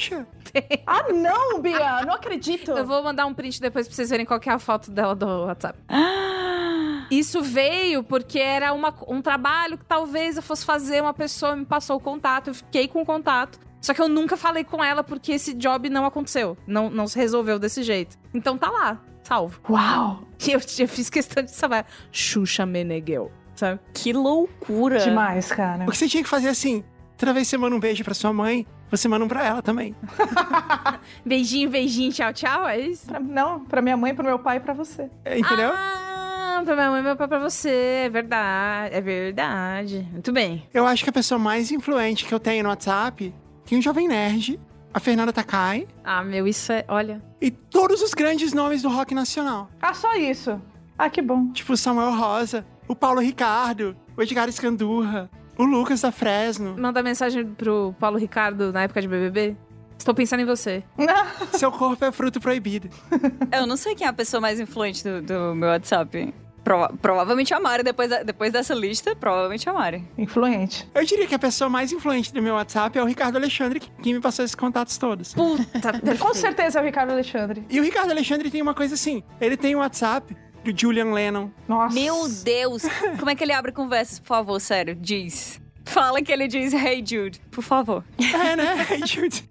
tem. Ah, não, Bia, não acredito. Eu vou mandar um print depois pra vocês verem qual que é a foto dela do WhatsApp. Isso veio porque era um trabalho que talvez eu fosse fazer, uma pessoa me passou o contato, eu fiquei com o contato. Só que eu nunca falei com ela porque esse job não aconteceu. Não se resolveu desse jeito. Então tá lá, salvo. Uau. E eu fiz questão de salvar. Xuxa Meneghel, sabe? Que loucura. Demais, cara. O que você tinha que fazer assim, toda vez que você manda um beijo pra sua mãe, você manda um pra ela também. Beijinho, beijinho, tchau, tchau, é isso? Não, pra minha mãe, pro meu pai e pra você. Entendeu? Pra minha mãe e meu pai pra você, é verdade, é verdade. Muito bem. Eu acho que a pessoa mais influente que eu tenho no WhatsApp tem o Jovem Nerd, a Fernanda Takai Ah, meu, isso é, olha... e todos os grandes nomes do rock nacional. Ah, só isso. Ah, que bom. Tipo o Samuel Rosa, o Paulo Ricardo, o Edgar Escandurra, o Lucas da Fresno. Manda mensagem pro Paulo Ricardo na época de BBB. Estou pensando em você. Seu corpo é fruto proibido. Eu não sei quem é a pessoa mais influente do meu WhatsApp. Provavelmente a Mari, depois dessa lista, provavelmente a Mari. Influente. Eu diria que a pessoa mais influente do meu WhatsApp é o Ricardo Alexandre, que me passou esses contatos todos. Puta, Com certeza é o Ricardo Alexandre. E o Ricardo Alexandre tem uma coisa assim, ele tem o WhatsApp do Julian Lennon. Nossa. Meu Deus! Como é que ele abre conversas, por favor, sério? Diz. Fala que ele diz Hey Jude, por favor. É, né? Hey Jude.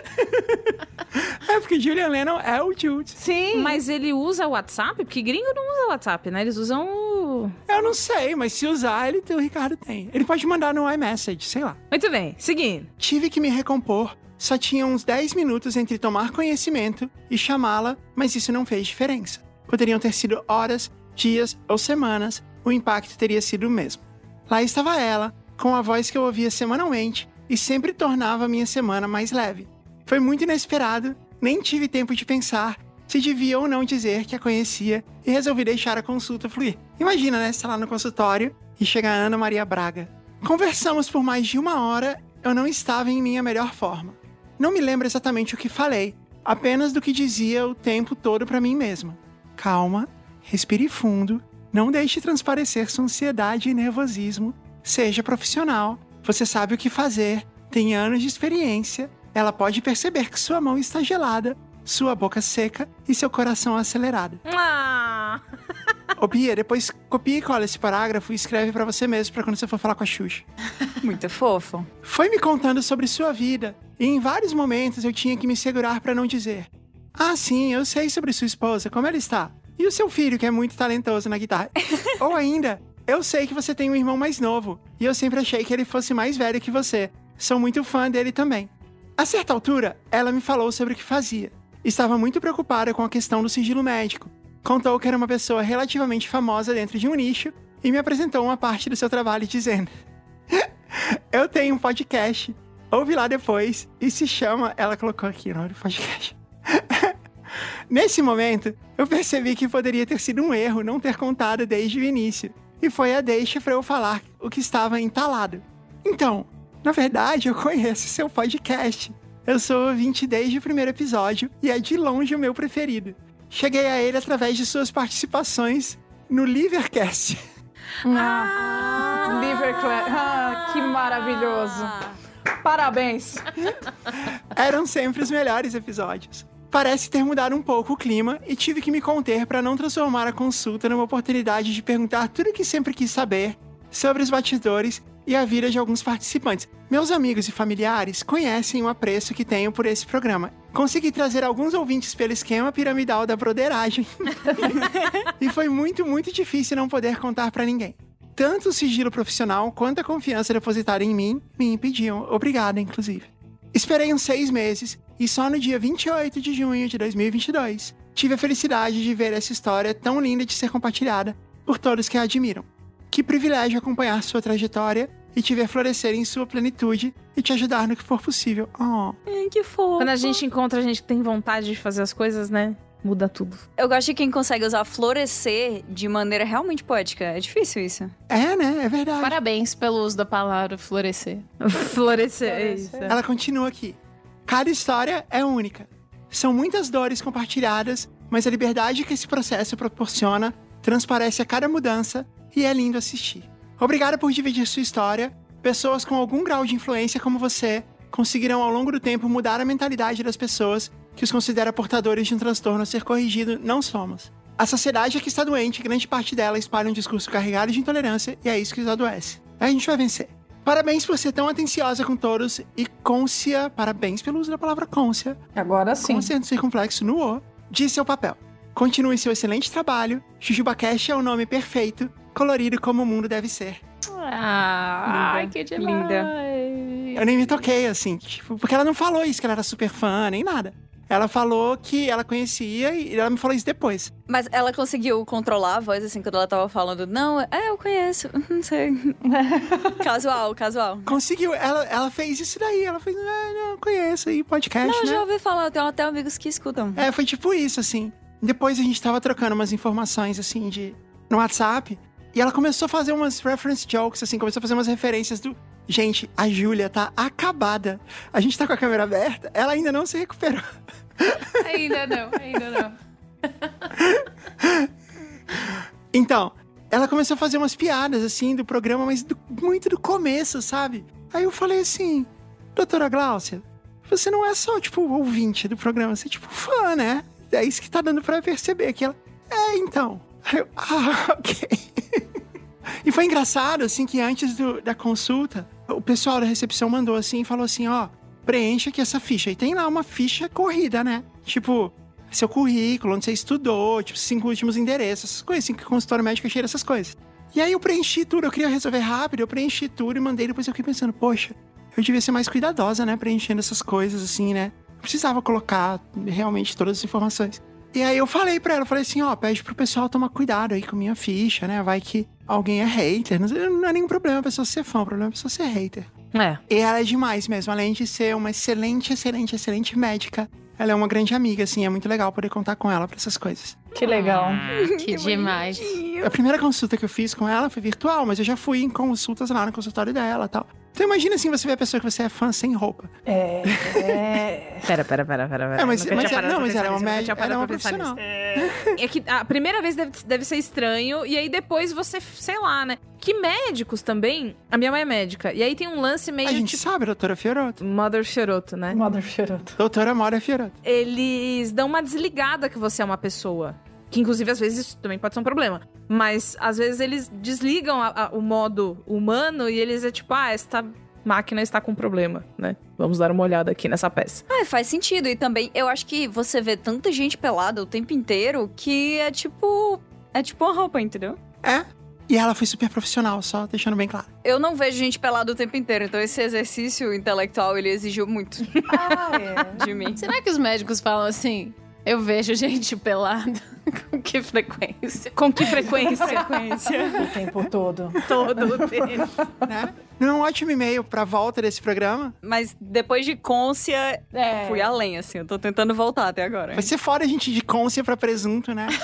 É porque Julian Lennon é o Jude. Sim. Mas ele usa o WhatsApp? Porque gringo não usa o WhatsApp, né? Eles usam o... Eu não sei, mas se usar, o Ricardo tem. Ele pode mandar no iMessage, sei lá. Muito bem, seguindo. Tive que me recompor. Só tinha uns 10 minutos entre tomar conhecimento e chamá-la, mas isso não fez diferença. Poderiam ter sido horas, dias ou semanas, o impacto teria sido o mesmo. Lá estava ela, com a voz que eu ouvia semanalmente e sempre tornava a minha semana mais leve. Foi muito inesperado, nem tive tempo de pensar se devia ou não dizer que a conhecia e resolvi deixar a consulta fluir. Imagina, né? Você tá lá no consultório e chega a Ana Maria Braga. Conversamos por mais de 1 hora, eu não estava em minha melhor forma. Não me lembro exatamente o que falei, apenas do que dizia o tempo todo pra mim mesma. Calma, respire fundo, não deixe transparecer sua ansiedade e nervosismo, seja profissional, você sabe o que fazer, tem anos de experiência, ela pode perceber que sua mão está gelada, sua boca seca e seu coração acelerado. Ah! Ô Bia, depois copia e cola esse parágrafo e escreve pra você mesmo pra quando você for falar com a Xuxa. Muito fofo. Foi me contando sobre sua vida e em vários momentos eu tinha que me segurar pra não dizer: ah, sim, eu sei sobre sua esposa, como ela está? E o seu filho, que é muito talentoso na guitarra? Ou ainda, eu sei que você tem um irmão mais novo e eu sempre achei que ele fosse mais velho que você. Sou muito fã dele também. A certa altura, ela me falou sobre o que fazia. Estava muito preocupada com a questão do sigilo médico. Contou que era uma pessoa relativamente famosa dentro de um nicho e me apresentou uma parte do seu trabalho dizendo: eu tenho um podcast, ouve lá depois e se chama... Ela colocou aqui o nome do podcast. Nesse momento, eu percebi que poderia ter sido um erro não ter contado desde o início. E foi a deixa para eu falar o que estava entalado. Então, na verdade, eu conheço seu podcast. Eu sou ouvinte desde o primeiro episódio e é de longe o meu preferido. Cheguei a ele através de suas participações no Livercast. Liverclass. Ah, que maravilhoso. Parabéns. Eram sempre os melhores episódios. Parece ter mudado um pouco o clima e tive que me conter para não transformar a consulta numa oportunidade de perguntar tudo o que sempre quis saber sobre os bastidores e a vida de alguns participantes. Meus amigos e familiares conhecem o apreço que tenho por esse programa. Consegui trazer alguns ouvintes pelo esquema piramidal da broderagem. E foi muito, muito difícil não poder contar pra ninguém. Tanto o sigilo profissional quanto a confiança depositada em mim me impediam. Obrigada, inclusive. Esperei uns 6 meses e só no dia 28 de junho de 2022 tive a felicidade de ver essa história tão linda de ser compartilhada por todos que a admiram. Que privilégio acompanhar sua trajetória e te ver florescer em sua plenitude e te ajudar no que for possível. Oh. Que fofo. Quando a gente encontra a gente que tem vontade de fazer as coisas, né? Muda tudo. Eu gosto de quem consegue usar florescer de maneira realmente poética. É difícil isso. É, né? É verdade. Parabéns pelo uso da palavra florescer. Florescer. Isso. Ela continua aqui. Cada história é única. São muitas dores compartilhadas, mas a liberdade que esse processo proporciona transparece a cada mudança e é lindo assistir. Obrigada por dividir sua história. Pessoas com algum grau de influência como você conseguirão ao longo do tempo mudar a mentalidade das pessoas que os considera portadores de um transtorno a ser corrigido não somos. A sociedade é que está doente, grande parte dela espalha um discurso carregado de intolerância e é isso que os adoece. A gente vai vencer. Parabéns por ser tão atenciosa com todos e côncia, parabéns pelo uso da palavra côncia. Agora sim. Com acento circunflexo no O, de seu papel. Continue seu excelente trabalho. JujubaCast é o nome perfeito, colorido como o mundo deve ser. Ah, que demais. Linda. Eu nem me toquei, assim, tipo, porque ela não falou isso, que ela era super fã, nem nada. Ela falou que ela conhecia e ela me falou isso depois. Mas ela conseguiu controlar a voz, assim, quando ela tava falando, não, eu conheço, não sei. Casual. Conseguiu, ela fez isso daí, ela fez, não, conheço aí, podcast, Não, eu né? já ouvi falar, eu tenho até amigos que escutam. Foi tipo isso, assim. Depois a gente tava trocando umas informações, assim, no WhatsApp. E ela começou a fazer umas reference jokes, assim, começou a fazer umas referências do... Gente, a Júlia tá acabada. A gente tá com a câmera aberta, ela ainda não se recuperou. Ainda não. Então, ela começou a fazer umas piadas, assim, do programa, mas muito do começo, sabe? Aí eu falei assim, doutora Gláucia, você não é só, tipo, ouvinte do programa, você é, tipo, fã, né? É isso que tá dando pra perceber. Que ela, então. Aí eu, ok. E foi engraçado, assim, que antes da consulta, o pessoal da recepção mandou, assim, e falou assim, preencha aqui essa ficha. E tem lá uma ficha corrida, né? Tipo, seu currículo, onde você estudou, tipo, 5 últimos endereços, essas coisas, assim, que o consultório médico é cheio dessas coisas. E aí eu preenchi tudo, eu queria resolver rápido, eu preenchi tudo e mandei, depois eu fiquei pensando, poxa, eu devia ser mais cuidadosa, né, preenchendo essas coisas, assim, né? Eu precisava colocar realmente todas as informações. E aí eu falei pra ela, falei assim, pede pro pessoal tomar cuidado aí com minha ficha, né? Vai que alguém é hater. Não é nenhum problema a pessoa ser fã, o problema é a pessoa ser hater. É. E ela é demais mesmo, além de ser uma excelente médica. Ela é uma grande amiga, assim, é muito legal poder contar com ela pra essas coisas. Que legal. Que demais. A primeira consulta que eu fiz com ela foi virtual, mas eu já fui em consultas lá no consultório dela e tal. Então imagina assim, você vê a pessoa que você é fã sem roupa. Pera. Mas ela é uma profissional. É que a primeira vez deve ser estranho, e aí depois você, sei lá, né? Que médicos também, a minha mãe é médica, e aí tem um lance meio A gente sabe, doutora Fiorotto. Mother Fiorotto, né? Mother Fiorotto. Doutora Mora Fiorotto. Eles dão uma desligada que você é uma pessoa. Que, inclusive, às vezes isso também pode ser um problema. Mas, às vezes, eles desligam o modo humano e eles é tipo, esta máquina está com problema, né? Vamos dar uma olhada aqui nessa peça. Faz sentido. E também, eu acho que você vê tanta gente pelada o tempo inteiro que é tipo uma roupa, entendeu? E ela foi super profissional, só deixando bem claro. Eu não vejo gente pelada o tempo inteiro, então esse exercício intelectual, ele exigiu muito de mim. Será que os médicos falam assim? Eu vejo gente pelada. Com que frequência? Com que frequência? O tempo todo. Todo o tempo. Né? Não é um ótimo e-mail pra volta desse programa? Mas depois de côncia, fui além, assim. Eu tô tentando voltar até agora. Vai ser fora a gente de côncia pra presunto, né?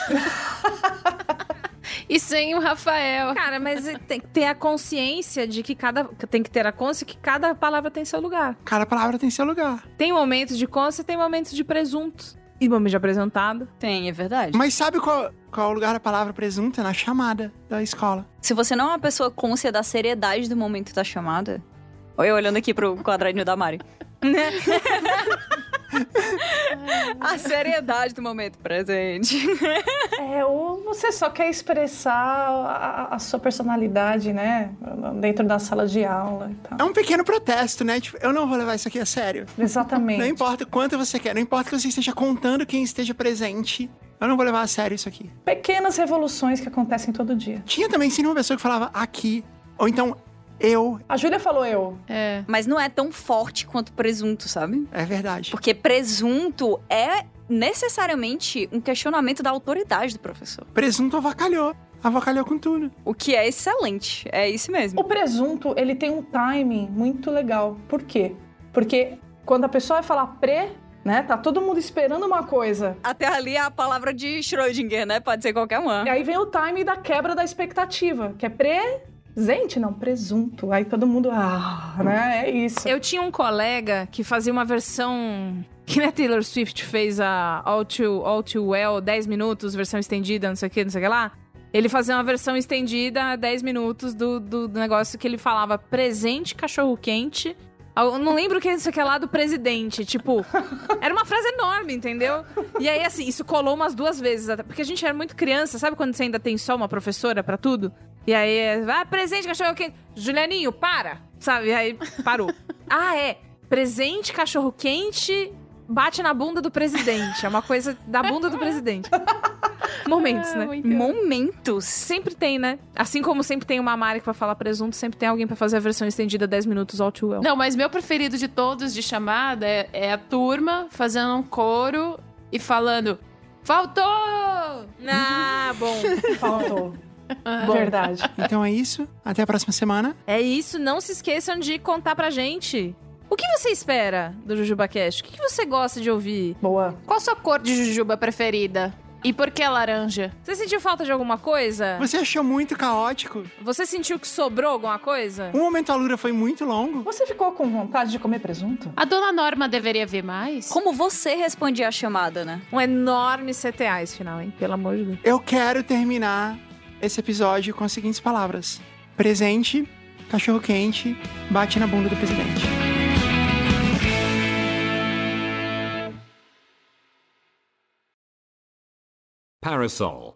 E sem o Rafael. Cara, mas tem que ter a consciência de que cada palavra tem seu lugar. Cada palavra tem seu lugar. Tem momentos de côncia, tem momentos de presunto. E momento de apresentado. Tem, é verdade. Mas sabe qual é o lugar da palavra presunto? É na chamada da escola. Se você não é uma pessoa côncia da seriedade do momento da chamada... Olha eu olhando aqui pro quadradinho da Mari. A seriedade do momento presente. Ou você só quer expressar a sua personalidade, né? Dentro da sala de aula e tal. É um pequeno protesto, né? Tipo, eu não vou levar isso aqui a sério. Exatamente. Não importa o quanto você quer, não importa que você esteja contando quem esteja presente. Eu não vou levar a sério isso aqui. Pequenas revoluções que acontecem todo dia. Tinha também, sim, uma pessoa que falava aqui. Ou então, eu. A Júlia falou eu. Mas não é tão forte quanto presunto, sabe? É verdade. Porque presunto é necessariamente um questionamento da autoridade do professor. Presunto avacalhou com tudo. O que é excelente. É isso mesmo. O presunto, ele tem um timing muito legal. Por quê? Porque quando a pessoa vai falar né? Tá todo mundo esperando uma coisa. Até ali é a palavra de Schrödinger, né? Pode ser qualquer uma. E aí vem o timing da quebra da expectativa, que é presunto. Aí todo mundo, né? É isso. Eu tinha um colega que fazia uma versão... Que a Taylor Swift fez a All Too Well, 10 minutos, versão estendida, não sei o que lá. Ele fazia uma versão estendida, 10 minutos, do negócio que ele falava presente cachorro-quente Eu não lembro o que é isso aqui lá do presidente. Tipo, era uma frase enorme, entendeu? E aí, assim, isso colou umas 2 vezes. Porque a gente era muito criança. Sabe quando você ainda tem só uma professora pra tudo? E aí, presente, cachorro quente. Julianinho, para! Sabe? E aí, parou. Presente, cachorro quente, bate na bunda do presidente. É uma coisa da bunda do presidente. Momentos, né? Momentos. Sempre tem, né? Assim como sempre tem uma Mari pra falar presunto, sempre tem alguém pra fazer a versão estendida 10 minutos all too well. Não, mas meu preferido de todos de chamada é a turma fazendo um coro e falando: faltou! Ah, bom. Faltou. Verdade. Então é isso. Até a próxima semana. É isso, não se esqueçam de contar pra gente. O que você espera do JujubaCast? O que você gosta de ouvir? Boa. Qual a sua cor de jujuba preferida? E por que laranja? Você sentiu falta de alguma coisa? Você achou muito caótico? Você sentiu que sobrou alguma coisa? O momento Alura foi muito longo. Você ficou com vontade de comer presunto? A dona Norma deveria ver mais? Como você respondia a chamada, né? Um enorme CTA esse final, hein? Pelo amor de Deus. Eu quero terminar esse episódio com as seguintes palavras: presente, cachorro quente, bate na bunda do presidente. Parasol.